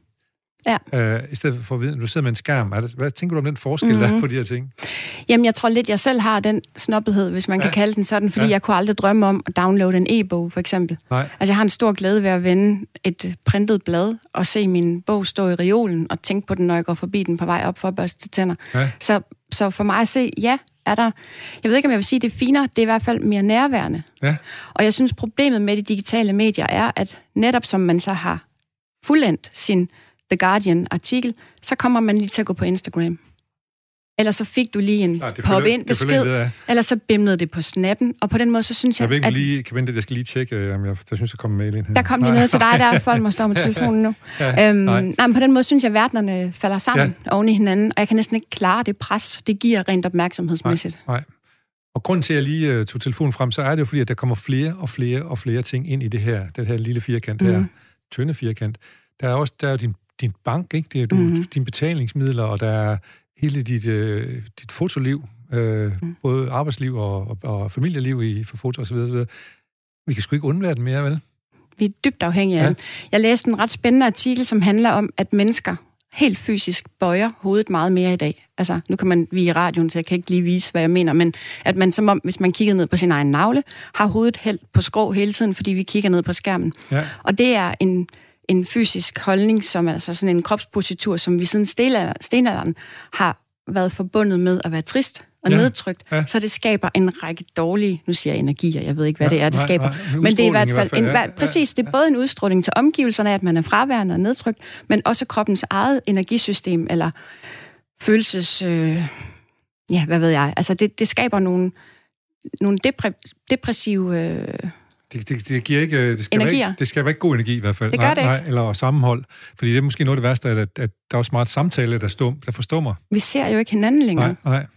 Ja. Øh, I stedet for at vide, at du sidder med en skærm. Er det, hvad tænker du om den forskel, mm-hmm. der er på de her ting? Jamen, jeg tror lidt, jeg selv har den snobbethed, hvis man ja. kan kalde den sådan, fordi ja. jeg kunne aldrig drømme om at downloade en e-bog, for eksempel. Nej. Altså, jeg har en stor glæde ved at vende et printet blad og se min bog stå i reolen og tænke på den, når jeg går forbi den på vej op for at børste tænder. Ja. Så, så for mig at se, ja, er der... Jeg ved ikke, om jeg vil sige, at det er finere. Det er i hvert fald mere nærværende. Ja. Og jeg synes, problemet med de digitale medier er, at netop som man så har fuldendt sin The Guardian-artikel, så kommer man lige til at gå på Instagram. Eller så fik du lige en pop-in-besked, eller så bimlede det på snappen, og på den måde, så synes jeg, jeg ved ikke, at... lige, kan vente, jeg skal lige tjekke, om jeg, der synes, jeg kommer mail ind her. Der kom lige noget til dig, der folk må stå med telefonen nu. ja, øhm, nej. nej, men på den måde synes jeg, at verdenerne falder sammen ja. oven i hinanden, og jeg kan næsten ikke klare det pres, det giver rent opmærksomhedsmæssigt. Nej, nej. Og grunden til, at jeg lige uh, tog telefonen frem, så er det jo fordi, at der kommer flere og flere og flere ting ind i det her, det her lille firkant, mm. det her tynde firkant. Der er også der er din din bank, ikke? Det er du, mm-hmm. dine betalingsmidler, og der er hele dit, øh, dit fotoliv, øh, mm. både arbejdsliv og, og, og familieliv i for foto og så videre, så videre. Vi kan sgu ikke undvære den mere, vel? Vi er dybt afhængige af ja. den. Jeg læste en ret spændende artikel, som handler om, at mennesker helt fysisk bøjer hovedet meget mere i dag. Altså, nu kan man, vi i radioen, så jeg kan ikke lige vise, hvad jeg mener, men at man som om, hvis man kigger ned på sin egen navle, har hovedet hældt på skrå hele tiden, fordi vi kigger ned på skærmen. Ja. Og det er en en fysisk holdning, som er altså sådan en kropspositur, som vi siden stenalderen har været forbundet med at være trist og ja, nedtrykt, ja. Så det skaber en række dårlige, nu siger jeg energier, jeg ved ikke, hvad ja, det er, det nej, skaber. Nej, men det er i hvert fald, i hvert fald en, ja, præcis, det er både en udstråling til omgivelserne, at man er fraværende og nedtrykt, men også kroppens eget energisystem, eller følelses... Øh, ja, hvad ved jeg, altså det, det skaber nogle, nogle depre- depressive... Øh, Det, det, det giver ikke, det skal, være ikke, det skal være ikke god energi i hvert fald. Det gør nej, det ikke. Nej, eller sammenhold. Fordi det er måske noget af det værste, at, at der er også meget samtale, der, stum, der forstummer. Vi ser jo ikke hinanden længere. Nej, nej.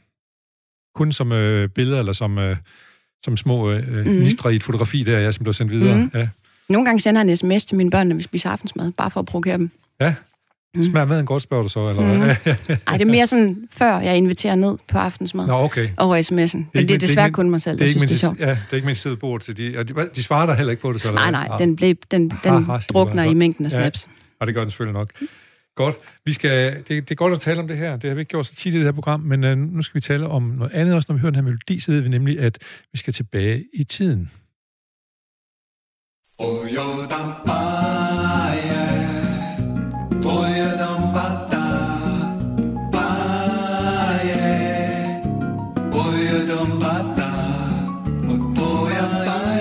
Kun som øh, billeder, eller som, øh, som små øh, mm. nistre i et fotografi, der jeg som blev sendt videre. Mm. Ja. Nogle gange sender jeg en sms til mine børn, når vi spiser aftensmad, bare for at provokere dem. Ja. Mm. Smager maden godt, spørger du så, eller hvad? Mm. Ej, det er mere sådan, før jeg inviterer ned på aftensmad. Nå, okay. Over sms'en. Men det er, det er desværre det er kun mig selv, der synes, det er sjovt. Ja, det er ikke mindst siddet bord til de... Og de, de svarer der heller ikke på det, så? Eller nej, nej, ah. den, blev, den, den ah, ah, drukner i mængden af snaps. Ja, og det gør den selvfølgelig nok. Godt. Vi skal, det, det er godt at tale om det her. Det har vi ikke gjort så tit i det her program, men uh, nu skal vi tale om noget andet også. Når vi hører den her melodi, så ved vi nemlig, at vi skal tilbage i tiden. Bye.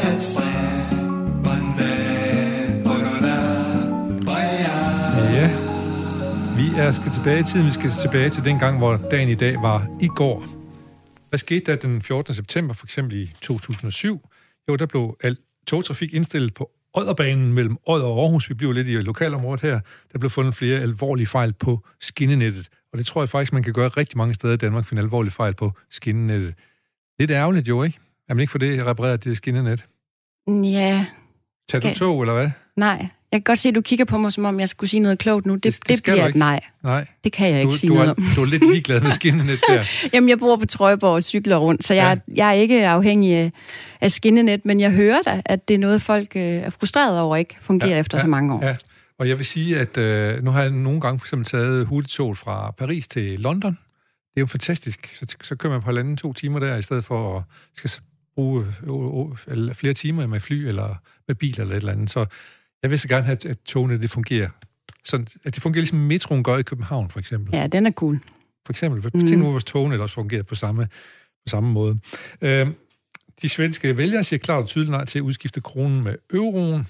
Vi er skal tilbage i tiden. Vi skal tilbage til den gang, hvor dagen i dag var i går. Hvad skete der den fjortende september, for eksempel i to tusind og syv? Jo, der blev al togtrafik indstillet på Odderbanen mellem Odder og Aarhus. Vi bliver lidt i lokalområdet her. Der blev fundet flere alvorlige fejl på skinnenettet. Og det tror jeg faktisk, man kan gøre rigtig mange steder i Danmark, finde alvorlige fejl på skinnenettet. Lidt ærgerligt jo, ikke? Er man ikke for det repareret det skinnenet? Ja. Tager du tog, eller hvad? Nej. Jeg kan godt se, at du kigger på mig, som om jeg skulle sige noget klogt nu. Det, det, det bliver et nej. Nej. Det kan jeg ikke du, sige du noget er, om. Du er lidt ligeglad med skinnenet der. Jamen, jeg bor på Trøjborg og cykler rundt, så jeg, ja. jeg er ikke afhængig af, af skinnenet, men jeg hører da, at det er noget, folk øh, er frustreret over, ikke fungerer ja, efter ja, så mange år. Ja. Og jeg vil sige, at øh, nu har jeg nogle gange for eksempel taget hurtigtog fra Paris til London. Det er jo fantastisk. Så, så kører man på halvanden to timer der, i stedet for at skal bruge øh, øh, flere timer med fly eller med bil eller et eller andet. Så jeg vil så gerne have, at togene det fungerer. Sådan, at det fungerer ligesom metroen gør i København, for eksempel. Ja, den er cool. For eksempel. Mm. Tænk nu, hvis togene også fungerer på samme, på samme måde. Øh, de svenske vælgere siger klart og tydeligt nej til at udskifte kronen med euroen.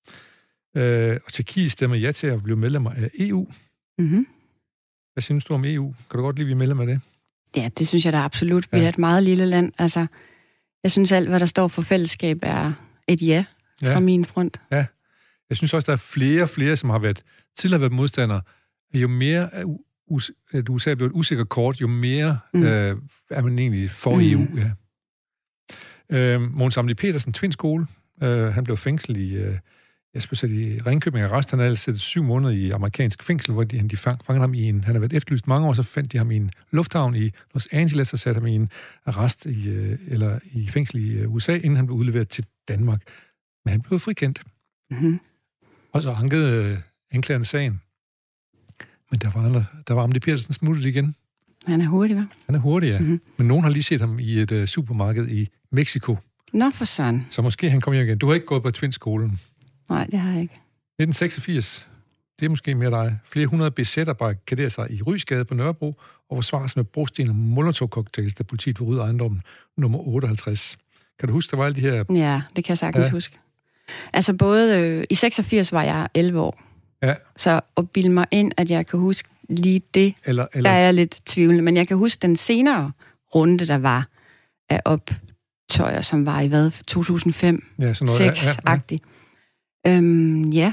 Øh, og Tjekkiet stemmer ja til at blive medlemmer af E U. Mm-hmm. Hvad synes du om E U? Kan du godt lide, at vi er medlemmer af det? Ja, det synes jeg da absolut. Vi ja. er et meget lille land. Altså, jeg synes alt, hvad der står for fællesskab, er et ja fra ja. min front. Ja. Jeg synes også, der er flere og flere, som har været tidligere været modstandere. Jo mere at U S A er blevet et usikkert kort, jo mere mm. øh, er man egentlig for mm. E U. Ja. Øh, Mogens Amli Petersen, Tvind Skole, øh, han blev fængslet i, øh, jeg skal sige, i Ringkøbing arrest. Han havde siddet syv måneder i amerikansk fængsel, hvor de, de fang, fangede ham i en, han har været efterlyst mange år, så fandt de ham i en lufthavn i Los Angeles, og satte ham i en arrest i, øh, eller i fængsel i U S A, inden han blev udleveret til Danmark. Men han blev frikendt. Mm-hmm. Og så ankede øh, anklagerne sagen. Men der var, andre, der var Amli Petersen smuttet igen. Han er hurtig, hva'? Han er hurtig, ja. Mm-hmm. Men nogen har lige set ham i et uh, supermarked i Mexico. Nå, for sådan. Så måske han kommer hjem igen. Du har ikke gået på Tvind-skolen? Nej, det har jeg ikke. nitten seksogfirs. Det er måske mere dig. Flere hundrede besætter barrikaderer sig i Rysgade på Nørrebro og forsvares med brosten og molotov-cocktails, da politiet vil rydde ejendommen nummer otteoghalvtreds. Kan du huske, der var alle de her... Ja, det kan jeg sagtens ja. huske. Altså både... Øh, I seksogfirs var jeg elleve år. Ja. Så at bilde mig ind, at jeg kan huske lige det, eller, eller... der er jeg lidt tvivlende. Men jeg kan huske den senere runde, der var af optøjer, som var i hvad? to tusind og fem? Ja, sådan noget. seks-agtigt. Ja, ja. Øhm, ja.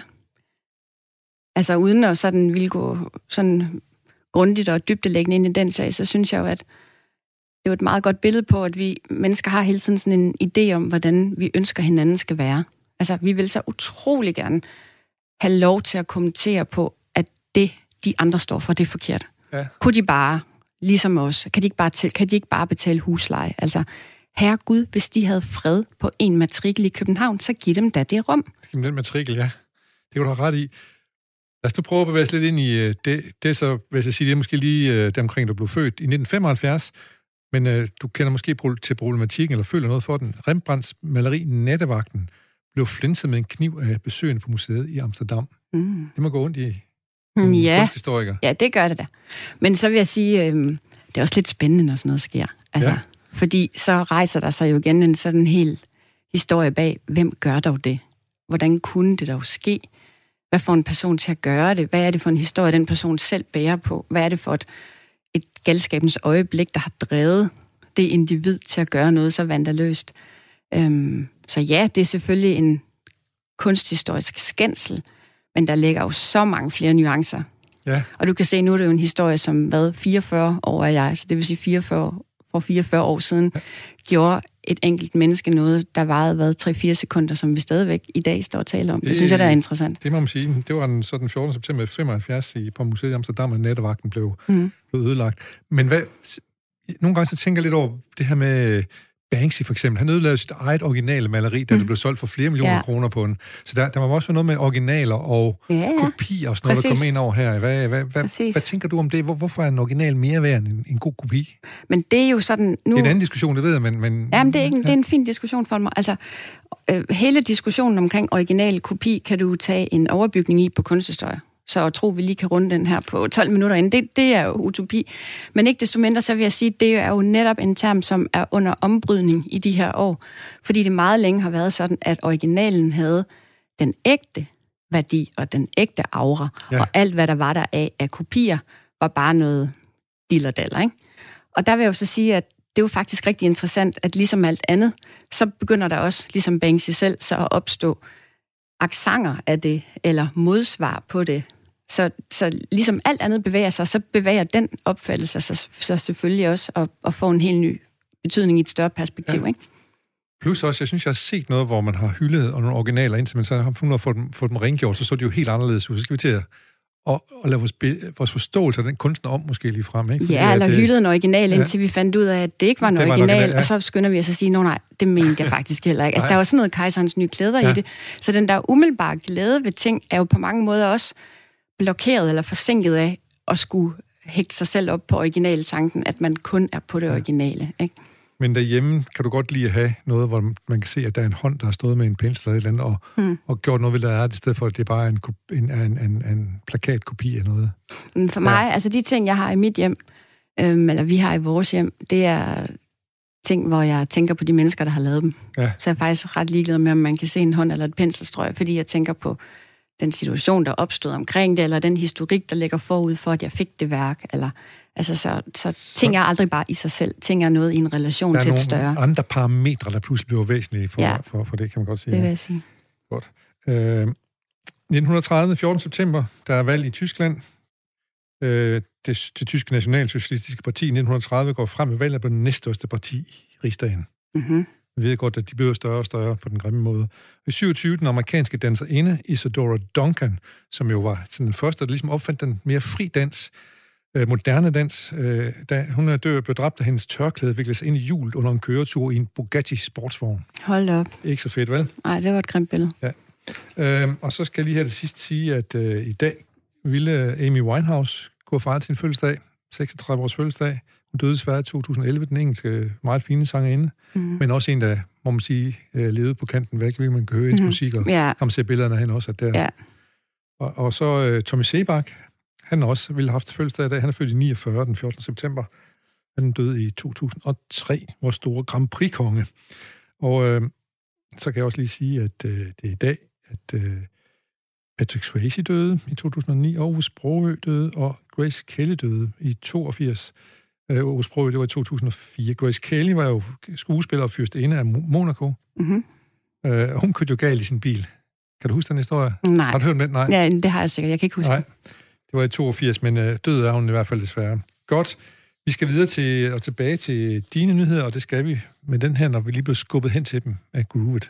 Altså uden at sådan ville gå sådan grundigt og dybdelæggende ind i den sag, så synes jeg jo, at det er jo et meget godt billede på, at vi mennesker har hele tiden sådan en idé om, hvordan vi ønsker hinanden skal være. Altså, vi vil så utrolig gerne have lov til at kommentere på, at det, de andre står for, det er forkert. Ja. Kunne de bare, ligesom os, kan de ikke bare, til, kan de ikke bare betale husleje? Altså, herre Gud, hvis de havde fred på en matrikel i København, så giv dem da det rum. Giv dem den matrikel, ja. Det kan du have ret i. Lad os nu prøve at bevæge os lidt ind i det. Det er så, hvis jeg siger, det er måske lige det omkring, du blev født i nitten femoghalvfjerds, men øh, du kender måske til problematikken, eller føler noget for den. Rembrandts maleri Nattevagten blev flinset med en kniv af besøgende på museet i Amsterdam. Mm. Det må gå ondt i en ja. kunsthistoriker. Ja, det gør det da. Men så vil jeg sige, øh, det er også lidt spændende, når sådan noget sker. Altså, ja. Fordi så rejser der sig jo igen en sådan hel historie bag, hvem gør dog det? Hvordan kunne det dog ske? Hvad får en person til at gøre det? Hvad er det for en historie, den person selv bærer på? Hvad er det for et, et galskabens øjeblik, der har drevet det individ til at gøre noget så vandaløst? Øhm, så ja, det er selvfølgelig en kunsthistorisk skændsel, men der ligger jo så mange flere nuancer. Ja. Og du kan se, nu er det jo en historie, som hvad, fireogfyrre år er jeg, så det vil sige fireogfyrre, for fireogfyrre år siden, ja. gjorde et enkelt menneske noget, der varede hvad, tre til fire sekunder, som vi stadigvæk i dag står og taler om. Det, det synes jeg, der er interessant. Det må man sige. Det var den, så den fjortende september femoghalvfjerds i, på museet i Amsterdam, at nattevagten blev, mm. blev ødelagt. Men hvad, nogle gange så tænker jeg lidt over det her med Banksy for eksempel. Han ødelagde sit eget originale maleri, da mm. det blev solgt for flere millioner ja. kroner på den. Så der, der må også være noget med originaler og ja, ja. kopier og sådan noget, Præcis. der kommer ind over her. Hvad, hvad, hvad, hvad tænker du om det? Hvor, hvorfor er en original mere værd end en, en god kopi? Men det er jo sådan... Nu... Det er en anden diskussion, det ved jeg, men... men Jamen, det er, ikke, ja. det er en fin diskussion for mig. Altså, øh, hele diskussionen omkring original kopi kan du tage en overbygning i på kunsthistorie. Så at tro, vi lige kan runde den her på tolv minutter inden, det, det er jo utopi. Men ikke desto mindre, så vil jeg sige, det er jo netop en term, som er under ombrydning i de her år. Fordi det meget længe har været sådan, at originalen havde den ægte værdi og den ægte aura, ja. og alt, hvad der var der af, af kopier, var bare noget dillerdaller, ikke? Og der vil jeg jo så sige, at det er jo faktisk rigtig interessant, at ligesom alt andet, så begynder der også, ligesom Banksy selv, så at opstå accenter af det, eller modsvar på det. Så, så ligesom alt andet bevæger sig, så bevæger den opfattelse sig så selvfølgelig også, og, og får en helt ny betydning i et større perspektiv, ja. Ikke? Plus også, jeg synes, jeg har set noget, hvor man har hyldet og nogle originaler, indtil man så har fundet at få dem, få dem rengjort, så så det jo helt anderledes ud. Så skal vi til at og, og lade vores, vores forståelse af den kunstner om måske lige frem, ikke? Fordi ja, eller det, hyldede en original, ja. Indtil vi fandt ud af, at det ikke var en original, original ja. Og så skynder vi os at sige, nå nej, det mente jeg faktisk heller ikke. Altså, der er jo sådan noget Kejserens nye klæder ja. I det. Så den der umiddelbare glæde ved ting, er jo på mange måder også blokeret eller forsinket af at skulle hægte sig selv op på originaltanken, at man kun er på det originale, ikke? Men derhjemme kan du godt lide at have noget, hvor man kan se, at der er en hånd, der har stået med en pensel eller et eller andet, og, hmm. og gjort noget ved det er, i stedet for, at det er bare en, en, en, en, en plakatkopi af noget. For mig, ja. Altså de ting, jeg har i mit hjem, øhm, eller vi har i vores hjem, det er ting, hvor jeg tænker på de mennesker, der har lavet dem. Ja. Så jeg er faktisk ret ligeglad med, om man kan se en hånd eller et penselstrøg, fordi jeg tænker på den situation, der opstod omkring det, eller den historik, der ligger forud for, at jeg fik det værk, eller altså, så, så ting er aldrig bare i sig selv. Ting er noget i en relation til et større. Der er nogle andre parametre, der pludselig bliver væsentlige for, ja. for, for det, kan man godt sige. Det vil jeg sige. Godt. Øh, nitten tredive, fjortende september, der er valg i Tyskland. Øh, det, det tyske nationalsocialistiske parti i nitten tredive går frem med valget på den næststørste parti i Rigsdagen. Mm-hmm. Vi ved godt, at de bliver større og større på den grimme måde. I syvogtyve, den amerikanske danserinde Isadora Duncan, som jo var sådan den første, der ligesom opfandt den mere fri dans, øh, moderne dans, øh, da hun er død og blev dræbt, af hendes tørklæde vikles ind i hjulet under en køretur i en Bugatti sportsvogn. Hold op. Ikke så fedt, vel? Nej, det var et grimt billede. Ja. Øh, og så skal jeg lige her til sidst sige, at øh, i dag ville Amy Winehouse gå fra sin fødselsdag, seksogtredive års fødselsdag. Hun døde desværre i to tusind og elleve, den engelske meget fine sangerinde, mm. men også en, der, må man sige, levede på kanten væk, hvilket man kan høre hendes mm. musik, og yeah. kan se billederne af hende også. At der. Yeah. Og, og så uh, Tommy Sebak, han også ville have haft fødselsdag i dag. Han er født i niogfyrre, den fjortende september. Han døde i to tusind og tre, vores store Grand Prix-konge. Og uh, så kan jeg også lige sige, at uh, det er i dag, at uh, Patrick Swayze døde i to tusind og ni, og Ove Sprogøe døde, og Grace Kelly døde i toogfirs. Øh, Ove Sprogøe, det var i to tusind og fire. Grace Kelly var jo skuespiller og fyrstinde af Monaco. Mm-hmm. Øh, hun kørte jo galt i sin bil. Kan du huske den historie? Nej. Har du hørt med? Nej. Ja, det har jeg sikkert. Jeg kan ikke huske. Nej, det var i toogfirs, men øh, død er hun i hvert fald desværre. Godt. Vi skal videre til, og tilbage til dine nyheder, og det skal vi med den her, når vi lige bliver skubbet hen til dem af groovet.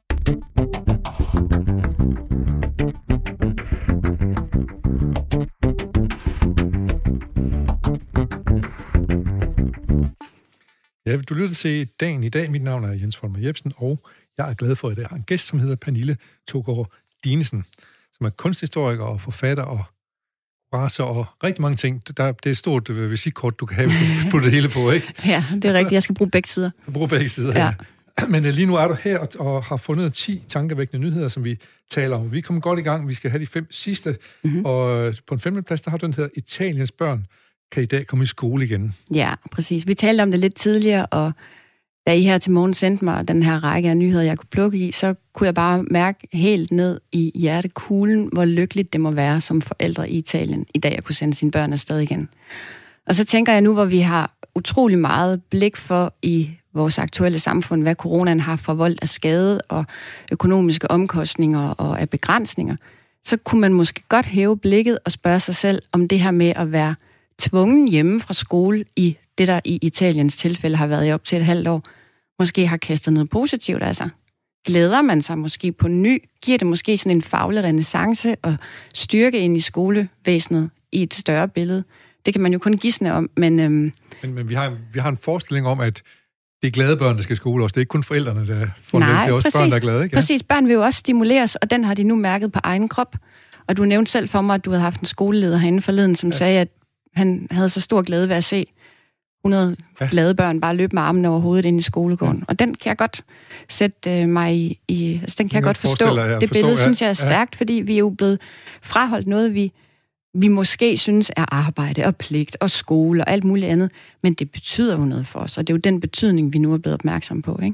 Ja, du lytter til Dagen i dag. Mit navn er Jens Folmer Jebsen, og jeg er glad for, at jeg har en gæst, som hedder Pernille Togaard Dinesen, som er kunsthistoriker og forfatter og raser og rigtig mange ting. Der, det er et stort visitkort, du kan have, hvis du putter det hele på, ikke? Ja, det er rigtigt. Jeg skal bruge begge sider. Du bruger begge sider, ja. ja. Men lige nu er du her og, og har fundet ti tankevækkende nyheder, som vi taler om. Vi kommer godt i gang. Vi skal have de fem sidste. Mm-hmm. Og på en femte plads, der har du den her Italiens børn kan i dag komme i skole igen. Ja, præcis. Vi talte om det lidt tidligere, og da I her til morgen sendte mig den her række af nyheder, jeg kunne plukke i, så kunne jeg bare mærke helt ned i hjertekuglen, hvor lykkeligt det må være som forældre i Italien i dag at kunne sende sine børn afsted igen. Og så tænker jeg nu, hvor vi har utrolig meget blik for i vores aktuelle samfund, hvad coronaen har forvoldt af skade og økonomiske omkostninger og af begrænsninger, så kunne man måske godt hæve blikket og spørge sig selv om det her med at være tvungen hjemme fra skole i det, der i Italiens tilfælde har været i op til et halvt år, måske har kastet noget positivt af sig. Glæder man sig måske på ny? Giver det måske sådan en faglig renæssance og styrke ind i skolevæsenet i et større billede? Det kan man jo kun gisne om, men... Øhm... Men, men vi, har, vi har en forestilling om, at det er glade børn, der skal i skole også. Det er ikke kun forældrene, der får det. Det er også præcis, børn, der er glade, ikke? Ja. Præcis. Børn vil jo også stimuleres, og den har de nu mærket på egen krop. Og du nævnte selv for mig, at du havde haft en skoleleder herinde forleden, som ja. sagde, at han havde så stor glæde ved at se hundrede ja. glade børn bare løbe med armene over hovedet ind i skolegården. Ja. Og den kan jeg godt sætte øh, mig i... i altså, den kan jeg, jeg godt forstå. Jeg det forstå, billede, ja. synes jeg, er stærkt, ja. fordi vi er jo blevet fraholdt noget, vi, vi måske synes er arbejde og pligt og skole og alt muligt andet. Men det betyder jo noget for os, og det er jo den betydning, vi nu er blevet opmærksom på, ikke? Ja.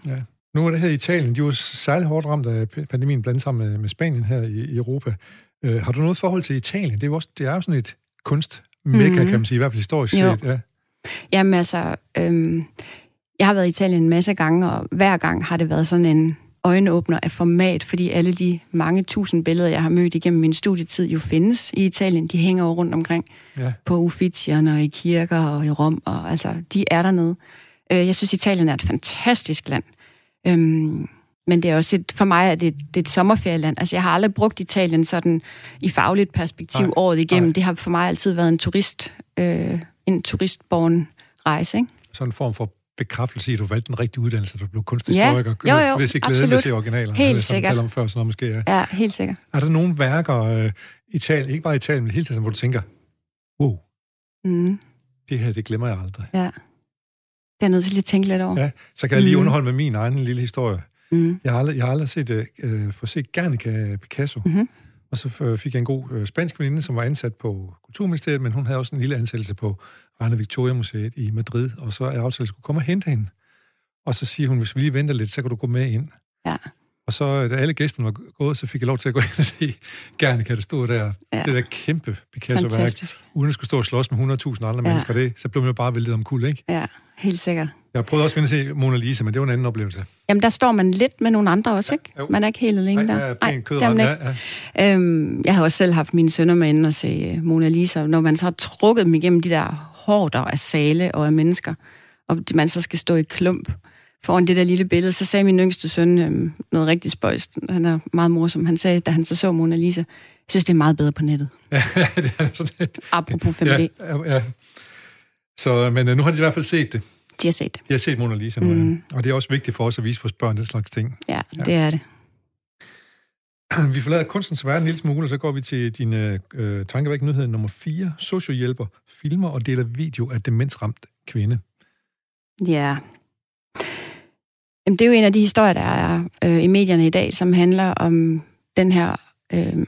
Nu er det her i Italien. De var særlig hårdt ramt af pandemien, blandt sammen med, med Spanien her i, i Europa. Uh, har du noget forhold til Italien? Det er jo, også, det er jo sådan et kunstmekka, mm-hmm. kan man sige, i hvert fald historisk jo. set. Ja. Jamen altså, øhm, jeg har været i Italien en masse gange, og hver gang har det været sådan en øjenåbner af format, fordi alle de mange tusind billeder, jeg har mødt igennem min studietid, jo findes i Italien. De hænger jo rundt omkring ja. På Uffizierne og i kirker og i Rom, og altså, de er dernede. Jeg synes, Italien er et fantastisk land. Øhm, men det er også et, for mig er det, det er et sommerferieland. Altså, jeg har aldrig brugt Italien sådan i fagligt perspektiv nej, året igennem. Nej. Det har for mig altid været en turist, øh, en turistborgen rejse, ikke? Sådan en form for bekræftelse i, at du valgte den rigtige uddannelse, du blev kunsthistoriker. Ja, jo, jo, hvis ikke glæde med at se originaler. Helt sikkert. Om før, sådan måske, ja. ja, helt sikkert. Er der nogle værker, øh, Italien, ikke bare Italien, men hele tiden, hvor du tænker, wow, mm. det her, det glemmer jeg aldrig. Ja, det er nødt til lige at tænke lidt over. Ja, så kan jeg lige mm. underholde med min egen lille historie. Mm. Jeg har aldrig, jeg har aldrig set, øh, fået set Guernica af Picasso. Mm-hmm. Og så fik jeg en god øh, spansk veninde, som var ansat på Kulturministeriet, men hun havde også en lille ansættelse på Reina Victoria Museet i Madrid, og så er jeg aftalt, at skulle komme og hente hende. Og så siger hun, hvis vi lige venter lidt, så kan du gå med ind. Ja. Og så, da alle gæsterne var gået, så fik jeg lov til at gå ind og se Guernica, der stod der. Ja. Det der kæmpe Picasso-værk, uden at skulle stå og slås med hundrede tusind andre ja. mennesker. Det, så blev man jo bare væltet om kul, ikke? Ja, helt sikkert. Jeg prøvede også at se Mona Lisa, men det var en anden oplevelse. Jamen, der står man lidt med nogle andre også, ikke? Ja, man er ikke helt alene der. Nej, ja, kød, Nej ja, ja. Øhm, jeg har også selv haft mine sønner med inde og se Mona Lisa. Når man så har trukket dem igennem de der hårder af sale og af mennesker, og man så skal stå i klump foran det der lille billede, så sagde min yngste søn øhm, noget rigtig spøjst. Han er meget morsom. Han sagde, da han så så Mona Lisa, jeg synes, det er meget bedre på nettet. Ja, det er sådan lidt. Apropos fem D. Ja, ja. Så, men nu har de i hvert fald set det. De har set det. De har set Mona Lisa nu, mm. ja. Og det er også vigtigt for os at vise vores børn den slags ting. Ja, ja. Det er det. Vi forlader kunstens verden en lille smule, og så går vi til din øh, tankevækkende nyhed nummer fire. Sociohjælper filmer og deler video af demensramt kvinde. Ja. Jamen, det er jo en af de historier, der er øh, i medierne i dag, som handler om den her øh,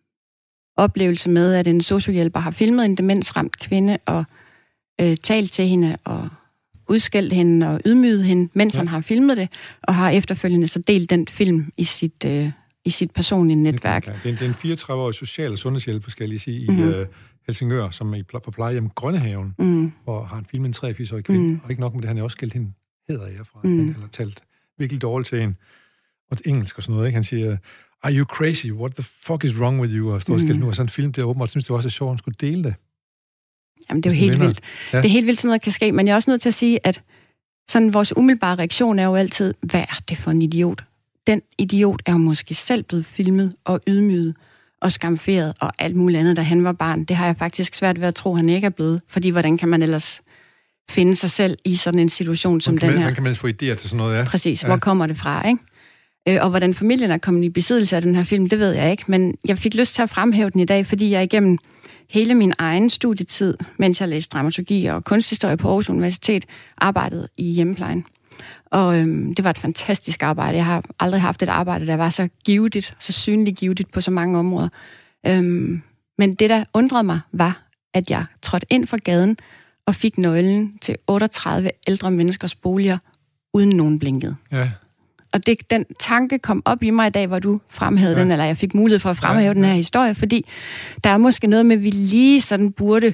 oplevelse med, at en sociohjælper har filmet en demensramt kvinde og øh, talt til hende og udskældt hende og ydmyget hende, mens ja. han har filmet det, og har efterfølgende så delt den film i sit, øh, i sit personlige netværk. Det er en, det er en fireogtredive-årig social- og sundhedshjælper, skal jeg lige sige, mm-hmm. i øh, Helsingør, som er på plejehjem Grønnehaven, mm. hvor har han filmet en treogfirs-årig kvinde, mm. og ikke nok med det, han har også skældt hende hedder herfra, mm. eller talt virkelig dårligt til hende, og det engelsk og sådan noget, ikke? Han siger, are you crazy? What the fuck is wrong with you? Og står og skældt nu, og sådan en film, der åbenbart synes, det var så sjovt, at han skulle dele det. Jamen, det er jo helt vildt. Ja. Det er helt vildt, sådan noget kan ske, men jeg er også nødt til at sige, at sådan vores umiddelbare reaktion er jo altid, hvad er det for en idiot? Den idiot er jo måske selv blevet filmet og ydmyget og skamferet og alt muligt andet, da han var barn. Det har jeg faktisk svært ved at tro, han ikke er blevet, fordi hvordan kan man ellers finde sig selv i sådan en situation som den her? Hvordan kan man få idéer til sådan noget, ja? Præcis, ja. Hvor kommer det fra, ikke? Og hvordan familien er kommet i besiddelse af den her film, det ved jeg ikke, men jeg fik lyst til at fremhæve den i dag, fordi jeg igennem hele min egen studietid, mens jeg læste dramaturgi og kunsthistorie på Aarhus Universitet, arbejdede i hjemmeplejen. Og øhm, det var et fantastisk arbejde. Jeg har aldrig haft et arbejde, der var så givetigt, så synligt givetigt på så mange områder. Øhm, men det, der undrede mig, var, at jeg trådte ind fra gaden og fik nøglen til otteogtredive ældre menneskers boliger, uden nogen blinkede. Ja. Og det, den tanke kom op i mig i dag, hvor du fremhævede ja. den, eller jeg fik mulighed for at fremhæve ja, ja. den her historie, fordi der er måske noget med, at vi lige sådan burde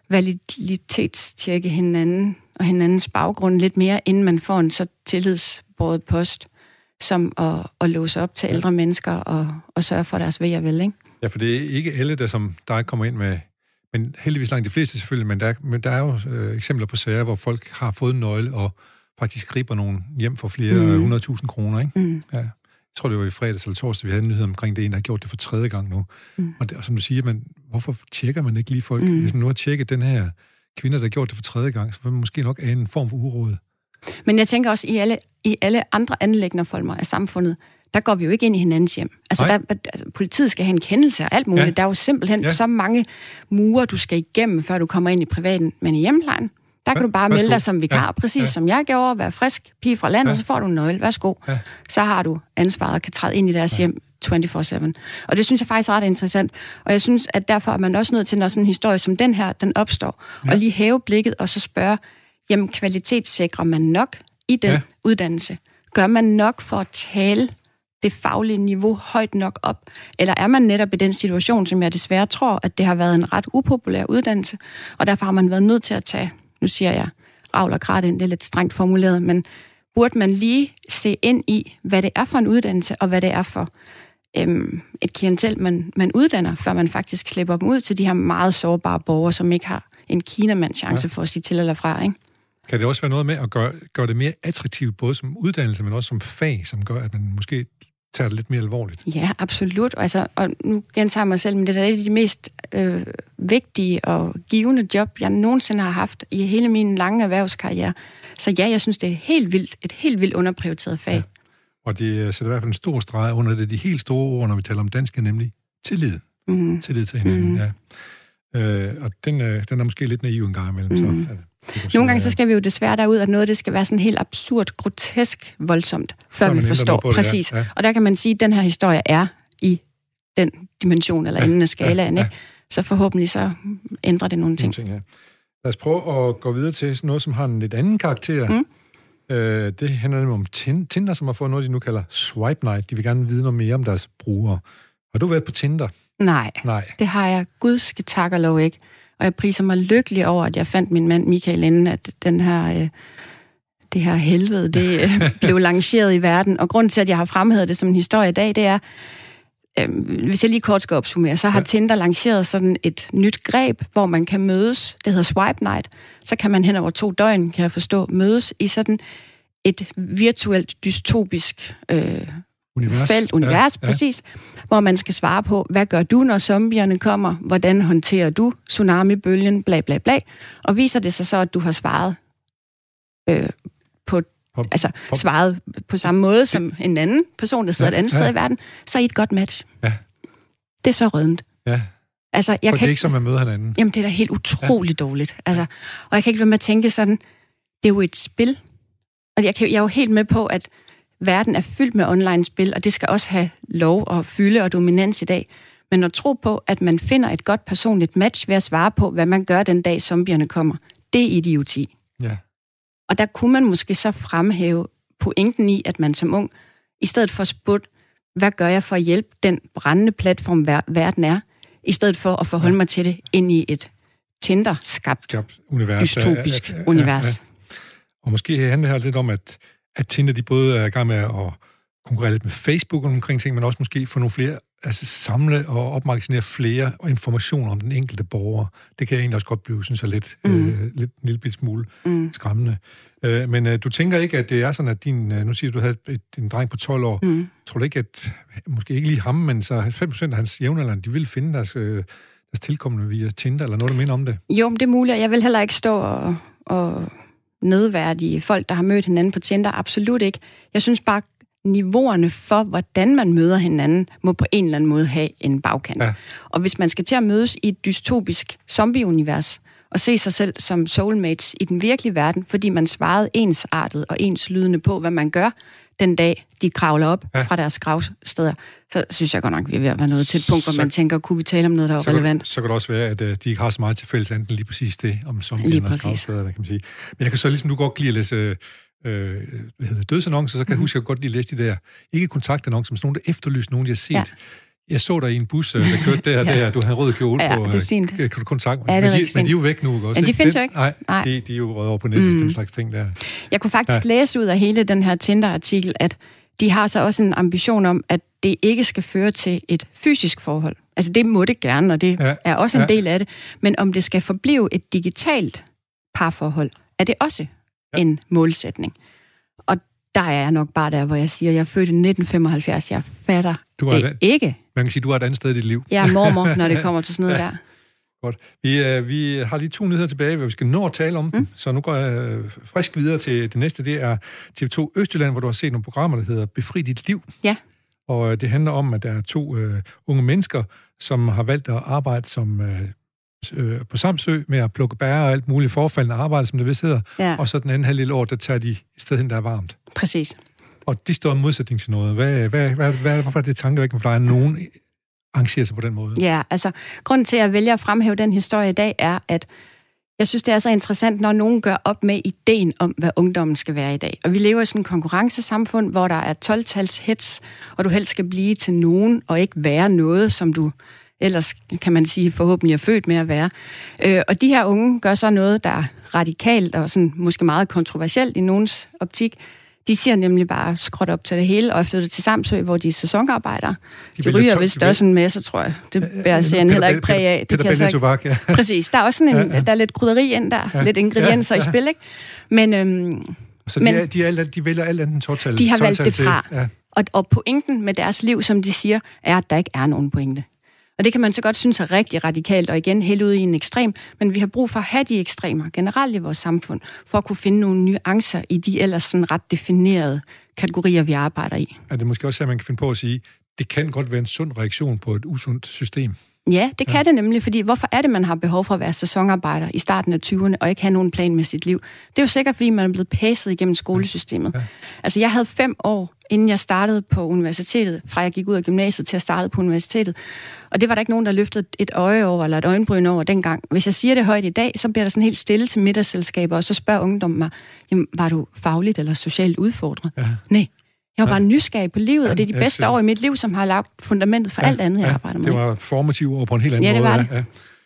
validitetstjekke hinanden og hinandens baggrund lidt mere, inden man får en så tillidsbåret post, som at, at låse op til ældre mennesker og, og sørge for deres ved og vel, ikke? Ja, for det er ikke alle, der som dig kommer ind med, men heldigvis langt de fleste selvfølgelig, men der, men der er jo øh, eksempler på sager, hvor folk har fået en nøgle og faktisk griber nogen hjem for flere mm. hundrede tusind kroner, ikke? Mm. Ja. Jeg tror, det var i fredags eller torsdag, vi havde en nyhed omkring det, en, der har gjort det for tredje gang nu. Mm. Og, det, og som du siger, man, hvorfor tjekker man ikke lige folk? Mm. Hvis man nu har tjekket den her kvinde, der har gjort det for tredje gang, så vil man måske nok ane en form for uråd. Men jeg tænker også, i alle, i alle andre anliggender af samfundet, der går vi jo ikke ind i hinandens hjem. Altså, der, altså politiet skal have en kendelse og alt muligt. Ja. Der er jo simpelthen ja. så mange mure, du skal igennem, før du kommer ind i privaten. Men i hjemmeplejen, der kan ja, du bare værsgo. melde dig som vikar, ja, præcis ja. som jeg gjorde, være frisk, pige fra landet, ja. og så får du en nøgle. Værsgo. Ja. Så har du ansvaret og kan træde ind i deres ja. hjem tyve-fire syv. Og det synes jeg faktisk er ret interessant. Og jeg synes, at derfor er man også nødt til, når sådan en historie som den her, den opstår, ja. og lige hæve blikket og så spørge, jamen kvalitetssikrer man nok i den ja. uddannelse? Gør man nok for at tale det faglige niveau højt nok op? Eller er man netop i den situation, som jeg desværre tror, at det har været en ret upopulær uddannelse, og derfor har man været nødt til at tage, nu siger jeg, ravl og krat ind, det er lidt strengt formuleret, men burde man lige se ind i, hvad det er for en uddannelse, og hvad det er for øhm, et klientel, man, man uddanner, før man faktisk slipper dem ud til de her meget sårbare borgere, som ikke har en kinamands chance ja. for at sige til eller fra, ikke? Kan det også være noget med at gøre, gøre det mere attraktivt, både som uddannelse, men også som fag, som gør, at man måske tager det lidt mere alvorligt? Ja, absolut. Altså, og nu gentager jeg mig selv, men det er et af de mest øh, vigtige og givende job, jeg nogensinde har haft i hele min lange erhvervskarriere. Så ja, jeg synes, det er helt vildt, et helt vildt underprioriteret fag. Ja. Og det sætter i hvert fald en stor streg under det, de helt store ord, når vi taler om dansk, nemlig tillid. Mm. Tillid til hinanden, mm. ja. Øh, og den, øh, den er måske lidt naiv en gang imellem, mm. så... Nogle gange så skal vi jo desværre derud, at noget det skal være sådan helt absurd, grotesk, voldsomt, før vi forstår. Det, præcis. Ja. Ja. Og der kan man sige, at den her historie er i den dimension eller ja. enden af skalaen. Ja. Ja. Så forhåbentlig så ændrer det nogle ting. ting ja. Lad os prøve at gå videre til noget, som har en lidt anden karakter. Mm. Øh, det handler nemlig om Tinder, som har fået noget, de nu kalder Swipe Night. De vil gerne vide noget mere om deres brugere. Har du været på Tinder? Nej, Nej. det har jeg gudske tak og lov ikke. Og jeg priser mig lykkelig over, at jeg fandt min mand Michael inden, at den her, øh, det her helvede, det øh, blev lanceret i verden. Og grunden til, at jeg har fremhævet det som en historie i dag, det er, øh, hvis jeg lige kort skal opsummere, så har ja. Tinder lanceret sådan et nyt greb, hvor man kan mødes, det hedder Swipe Night. Så kan man hen over to døgn, kan jeg forstå, mødes i sådan et virtuelt dystopisk øh, Univers. Felt, univers, ja, præcis, ja. Hvor man skal svare på, hvad gør du, når zombierne kommer? Hvordan håndterer du tsunami-bølgen? Bla, bla, bla. Og viser det sig så, at du har svaret øh, på, pop, altså, pop. svaret på samme måde som en anden person, der sidder ja, et andet ja. sted i verden, så er I et godt match. Ja. Det er så rødent. Ja. Altså, jeg For kan det er ikke som at møde hinanden. Jamen, det er da helt utroligt ja. dårligt. Altså, og jeg kan ikke være med at tænke sådan, det er jo et spil. Og jeg, kan, jeg er jo helt med på, at verden er fyldt med online-spil, og det skal også have lov og fylde og dominans i dag. Men at tro på, at man finder et godt personligt match ved at svare på, hvad man gør den dag, zombierne kommer, det er idioti. Ja. Og der kunne man måske så fremhæve pointen i, at man som ung, i stedet for spurgt, hvad gør jeg for at hjælpe den brændende platform, verden er, i stedet for at forholde ja. mig til det ind i et Tinder-skabt, univers, dystopisk ja, ja, ja, univers. Ja, ja. Og måske handler det lidt om, at at Tinder, de både er i gang med at konkurrere lidt med Facebook og omkring ting, men også måske få nogle flere, altså samle og opmagasinere flere informationer om den enkelte borger. Det kan jeg egentlig også godt blive, synes jeg, lidt, mm. øh, lidt en lille smule mm. skræmmende. Øh, men øh, du tænker ikke, at det er sådan, at din, øh, nu siger du, du havde et, en dreng på tolv år, mm. tror du ikke, at, måske ikke lige ham, men så halvfems procent af hans jævnaldrende, de vil finde deres, øh, deres tilkommende via Tinder, eller noget, der minder om det? Jo, men det er muligt. Jeg vil heller ikke stå og... og nedværdige folk, der har mødt hinanden på Tinder. Absolut ikke. Jeg synes bare, niveauerne for, hvordan man møder hinanden, må på en eller anden måde have en bagkant. Ja. Og hvis man skal til at mødes i et dystopisk zombie-univers, og se sig selv som soulmates i den virkelige verden, fordi man svarede ensartet og enslydende på, hvad man gør, den dag, de kravler op ja. fra deres gravsteder, så synes jeg godt nok, vi er ved at være nået til et punkt, hvor så, man tænker, kunne vi tale om noget, der er relevant? Kan, så kan det også være, at uh, de ikke har så meget til fælles, enten lige præcis det, om zombierne gravsteder, kan man sige. Men jeg kan så ligesom, du godt lide at læse øh, hvad hedder det, dødsannoncer, så kan mm-hmm. jeg huske, at jeg godt lide at læse de der, ikke kontaktannoncer, men sådan nogle, der efterlyser nogen, de har set. Ja. Jeg så dig i en bus, der kørte der, ja. der, du havde rød kjole ja, på. Ja, det er fint. Kan du kontakte mig? Ja, men, de, men de er jo væk nu, også? Ja, de findes jo ikke. Nej, Nej. De, de er jo røget over på nettet, mm. den slags ting der. Jeg kunne faktisk ja. læse ud af hele den her Tinder-artikel, at de har så også en ambition om, at det ikke skal føre til et fysisk forhold. Altså det må det gerne, og det ja. er også en ja. del af det. Men om det skal forblive et digitalt parforhold, er det også ja. en målsætning. Og der er jeg nok bare der, hvor jeg siger, jeg er født i nitten femoghalvfjerds, jeg fatter det et, ikke. Man kan sige, du er et andet sted i dit liv. Jeg er mormor, når det kommer til sådan noget ja. der. Godt. Vi, øh, vi har lige to nyheder tilbage, hvor vi skal nå at tale om mm. dem. Så nu går jeg øh, frisk videre til det næste. Det er T V to Østjylland, hvor du har set nogle programmer, der hedder Befri dit liv. Ja. Og øh, det handler om, at der er to øh, unge mennesker, som har valgt at arbejde som øh, øh, på Samsø med at plukke bær og alt muligt forfaldende arbejde, som det vist hedder. Ja. Og så den anden halvdel år, der tager de i stedet hen, der er varmt. Præcis. Og de står i modsætning til noget. Hvad, hvad, hvad, hvad, hvorfor er det tankevækkende for dig, at nogen arrangerer sig på den måde? Ja, altså, grunden til, at jeg vælger at fremhæve den historie i dag, er, at Jeg synes, det er så interessant, når nogen gør op med ideen om, hvad ungdommen skal være i dag. Og vi lever i sådan et konkurrencesamfund, hvor der er tolv-tals hets, og du helst skal blive til nogen, og ikke være noget, som du ellers, kan man sige, forhåbentlig er født med at være. Øh, og de her unge gør så noget, der er radikalt og sådan, måske meget kontroversielt i nogens optik. De siger nemlig bare skråt op til det hele, og er flyttet til Samsø, hvor de er sæsonarbejdere. De, de ryger vist også en masse, tror jeg. Det bærer serien heller ikke præg af. Det kan jeg tobak, ja. Præcis. Der er også sådan en, ja, ja. Der er lidt krydderi ind der, ja, lidt ingredienser ja, ja. i spil, ikke? Men, øhm, så de, men, er, de, er, de vælger alt andet tolv-tal. De har valgt det fra. Ja. Og, og pointen med deres liv, som de siger, er, at der ikke er nogen pointe. Og det kan man så godt synes er rigtig radikalt, og igen helt ude i en ekstrem, men vi har brug for at have de ekstremer generelt i vores samfund, for at kunne finde nogle nuancer i de ellers sådan ret definerede kategorier, vi arbejder i. Er det måske også, at man kan finde på at sige, det kan godt være en sund reaktion på et usundt system? Ja, det kan ja. det nemlig, fordi hvorfor er det, man har behov for at være sæsonarbejder i starten af tyverne, og ikke have nogen plan med sit liv? Det er jo sikkert, fordi man er blevet pæset igennem skolesystemet. Ja. Altså, jeg havde fem år, inden jeg startede på universitetet, fra jeg gik ud af gymnasiet til jeg startede på universitetet, og det var der ikke nogen, der løftede et øje over, eller et øjenbryn over dengang. Hvis jeg siger det højt i dag, så bliver der sådan helt stille til middagsselskaber, og så spørger ungdommen mig, jamen, var du fagligt eller socialt udfordret? Ja. Nej. Jeg var bare nysgerrig på livet, og det er de bedste år i mit liv, som har lagt fundamentet for ja, alt andet, jeg ja, arbejder med. Det var formative år på en helt anden ja, det måde. Var det. Ja.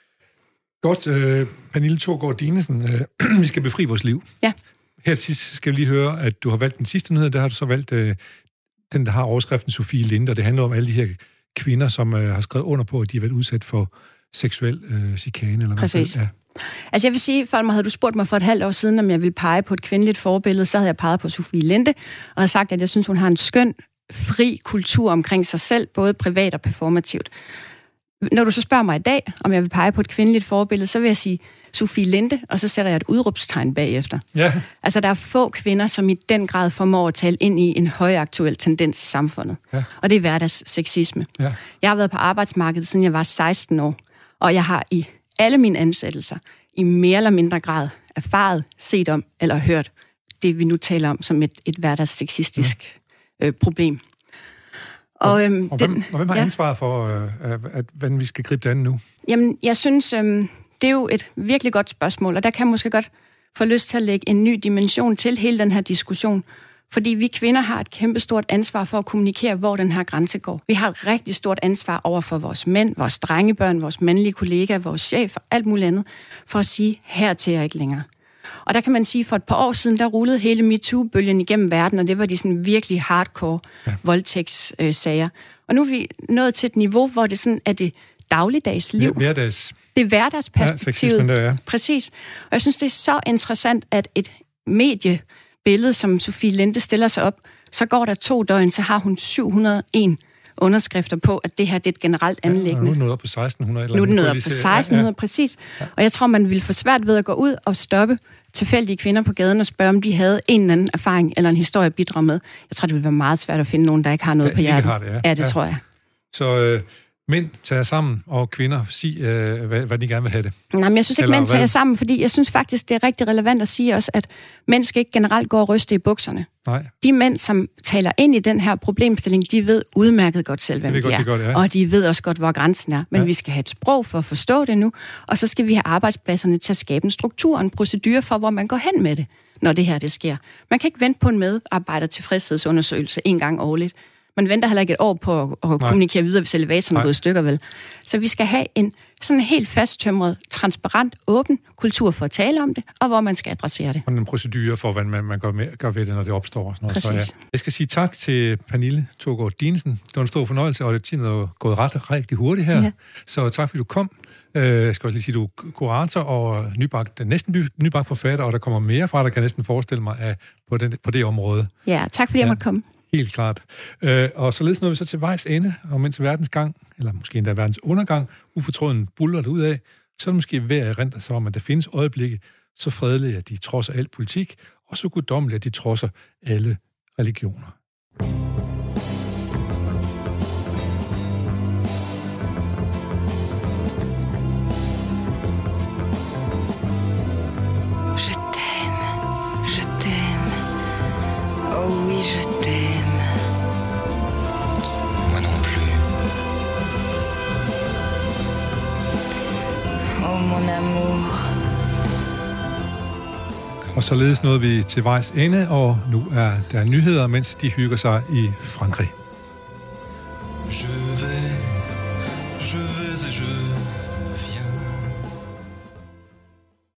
Godt, øh, Pernille Thorgård Dinesen, øh, vi skal befri vores liv. Ja. Her til sidst skal vi lige høre, at du har valgt den sidste nyhed, der har du så valgt øh, den, der har overskriften Sofie Linde, og det handler om alle de her kvinder, som øh, har skrevet under på, at de har været udsat for seksuel øh, chikane. Eller Præcis. Hvad? Ja. Altså jeg vil sige, for mig havde du spurgt mig for et halvt år siden, om jeg ville pege på et kvindeligt forbillede, så havde jeg peget på Sofie Linde, og havde sagt, at jeg synes, hun har en skøn, fri kultur omkring sig selv, både privat og performativt. Når du så spørger mig i dag, om jeg vil pege på et kvindeligt forbillede, så vil jeg sige Sofie Linde, og så sætter jeg et udråbstegn bagefter. Ja. Altså der er få kvinder, som i den grad formår at tale ind i en højaktuel tendens i samfundet. Ja. Og det er hverdagssexisme. Ja. Jeg har været på arbejdsmarkedet, siden jeg var seksten år, og jeg har i alle mine ansættelser i mere eller mindre grad erfaret, set om eller hørt det, vi nu taler om som et, et hverdagssexistisk ja. øh, problem. Og, øhm, og, hvem, den, og hvem har ja. ansvaret for, øh, at, hvordan vi skal gribe det an nu? Jamen, jeg synes, øh, det er jo et virkelig godt spørgsmål, og der kan jeg måske godt få lyst til at lægge en ny dimension til hele den her diskussion. Fordi vi kvinder har et kæmpestort ansvar for at kommunikere, hvor den her grænse går. Vi har et rigtig stort ansvar over for vores mænd, vores drengebørn, vores mandlige kollegaer, vores chef og alt muligt andet, for at sige, hertil er ikke længere. Og der kan man sige, for et par år siden, der rullede hele MeToo-bølgen igennem verden, og det var de sådan virkelig hardcore ja. voldtægtssager. Og nu er vi nået til et niveau, hvor det sådan er det dagligdags liv. Hverdags. Det er hverdagsperspektivet. Ja, ja. Præcis. Og jeg synes, det er så interessant, at et medie billede, som Sofie Linde stiller sig op, så går der to døgn, så har hun syv hundrede og en underskrifter på, at det her det er et generelt anliggende. Ja, nu er den nået op på seksten hundrede. Eller nu er den nået op på seksten hundrede, ja, ja. Præcis. Ja. Og jeg tror, man ville få svært ved at gå ud og stoppe tilfældige kvinder på gaden og spørge, om de havde en eller anden erfaring eller en historie at bidrage med. Jeg tror, det ville være meget svært at finde nogen, der ikke har noget ja, på hjertet. Har det, ja. ja, det ja. tror jeg. Så øh, mænd tager sammen, og kvinder sig, øh, hvad, hvad de gerne vil have det. Nej, men jeg synes ikke, Eller, mænd tager hvad? sammen, fordi jeg synes faktisk, det er rigtig relevant at sige også, at mænd skal ikke generelt gå og ryste i bukserne. Nej. De mænd, som taler ind i den her problemstilling, de ved udmærket godt selv, hvem de, godt, er. De godt, ja. Og de ved også godt, hvor grænsen er. Men ja. vi skal have et sprog for at forstå det nu, og så skal vi have arbejdspladserne til at skabe en struktur og en procedure for, hvor man går hen med det, når det her det sker. Man kan ikke vente på en medarbejder tilfredshedsundersøgelse en gang årligt. Man venter heller ikke et år på at, at kommunikere videre, hvis elevatoren er gået i stykker, vel. Så vi skal have en sådan helt fasttømret, transparent, åben kultur for at tale om det, og hvor man skal adressere det. Og en procedure for, hvordan man, man gør, med, gør ved det, når det opstår. Og sådan noget. Præcis. Så, ja. Jeg skal sige tak til Pernille Thorgård Dinesen. Det var en stor fornøjelse, og det tiden er gået ret rigtig hurtigt her. Ja. Så tak, fordi du kom. Jeg skal også lige sige, du er kurator og nybagt, næsten nybagt forfatter, og der kommer mere fra, der kan næsten forestille mig af, på, den, på det område. Ja, tak fordi ja. jeg måtte komme. Helt klart. Øh, og således når vi så til vejs ende, og mens verdens gang, eller måske endda verdens undergang, ufortrøden buller det ud af, så er det måske værd at erindre sig om, at der findes øjeblikke, så fredelige, at de trodser al politik, og så guddommelige, at de trodser alle religioner. Je t'aime, je t'aime, oh oui, je t'aime. Oh mon amour, Og således nåede vi til vejs ende, og nu er der nyheder, mens de hygger sig i Frankrig.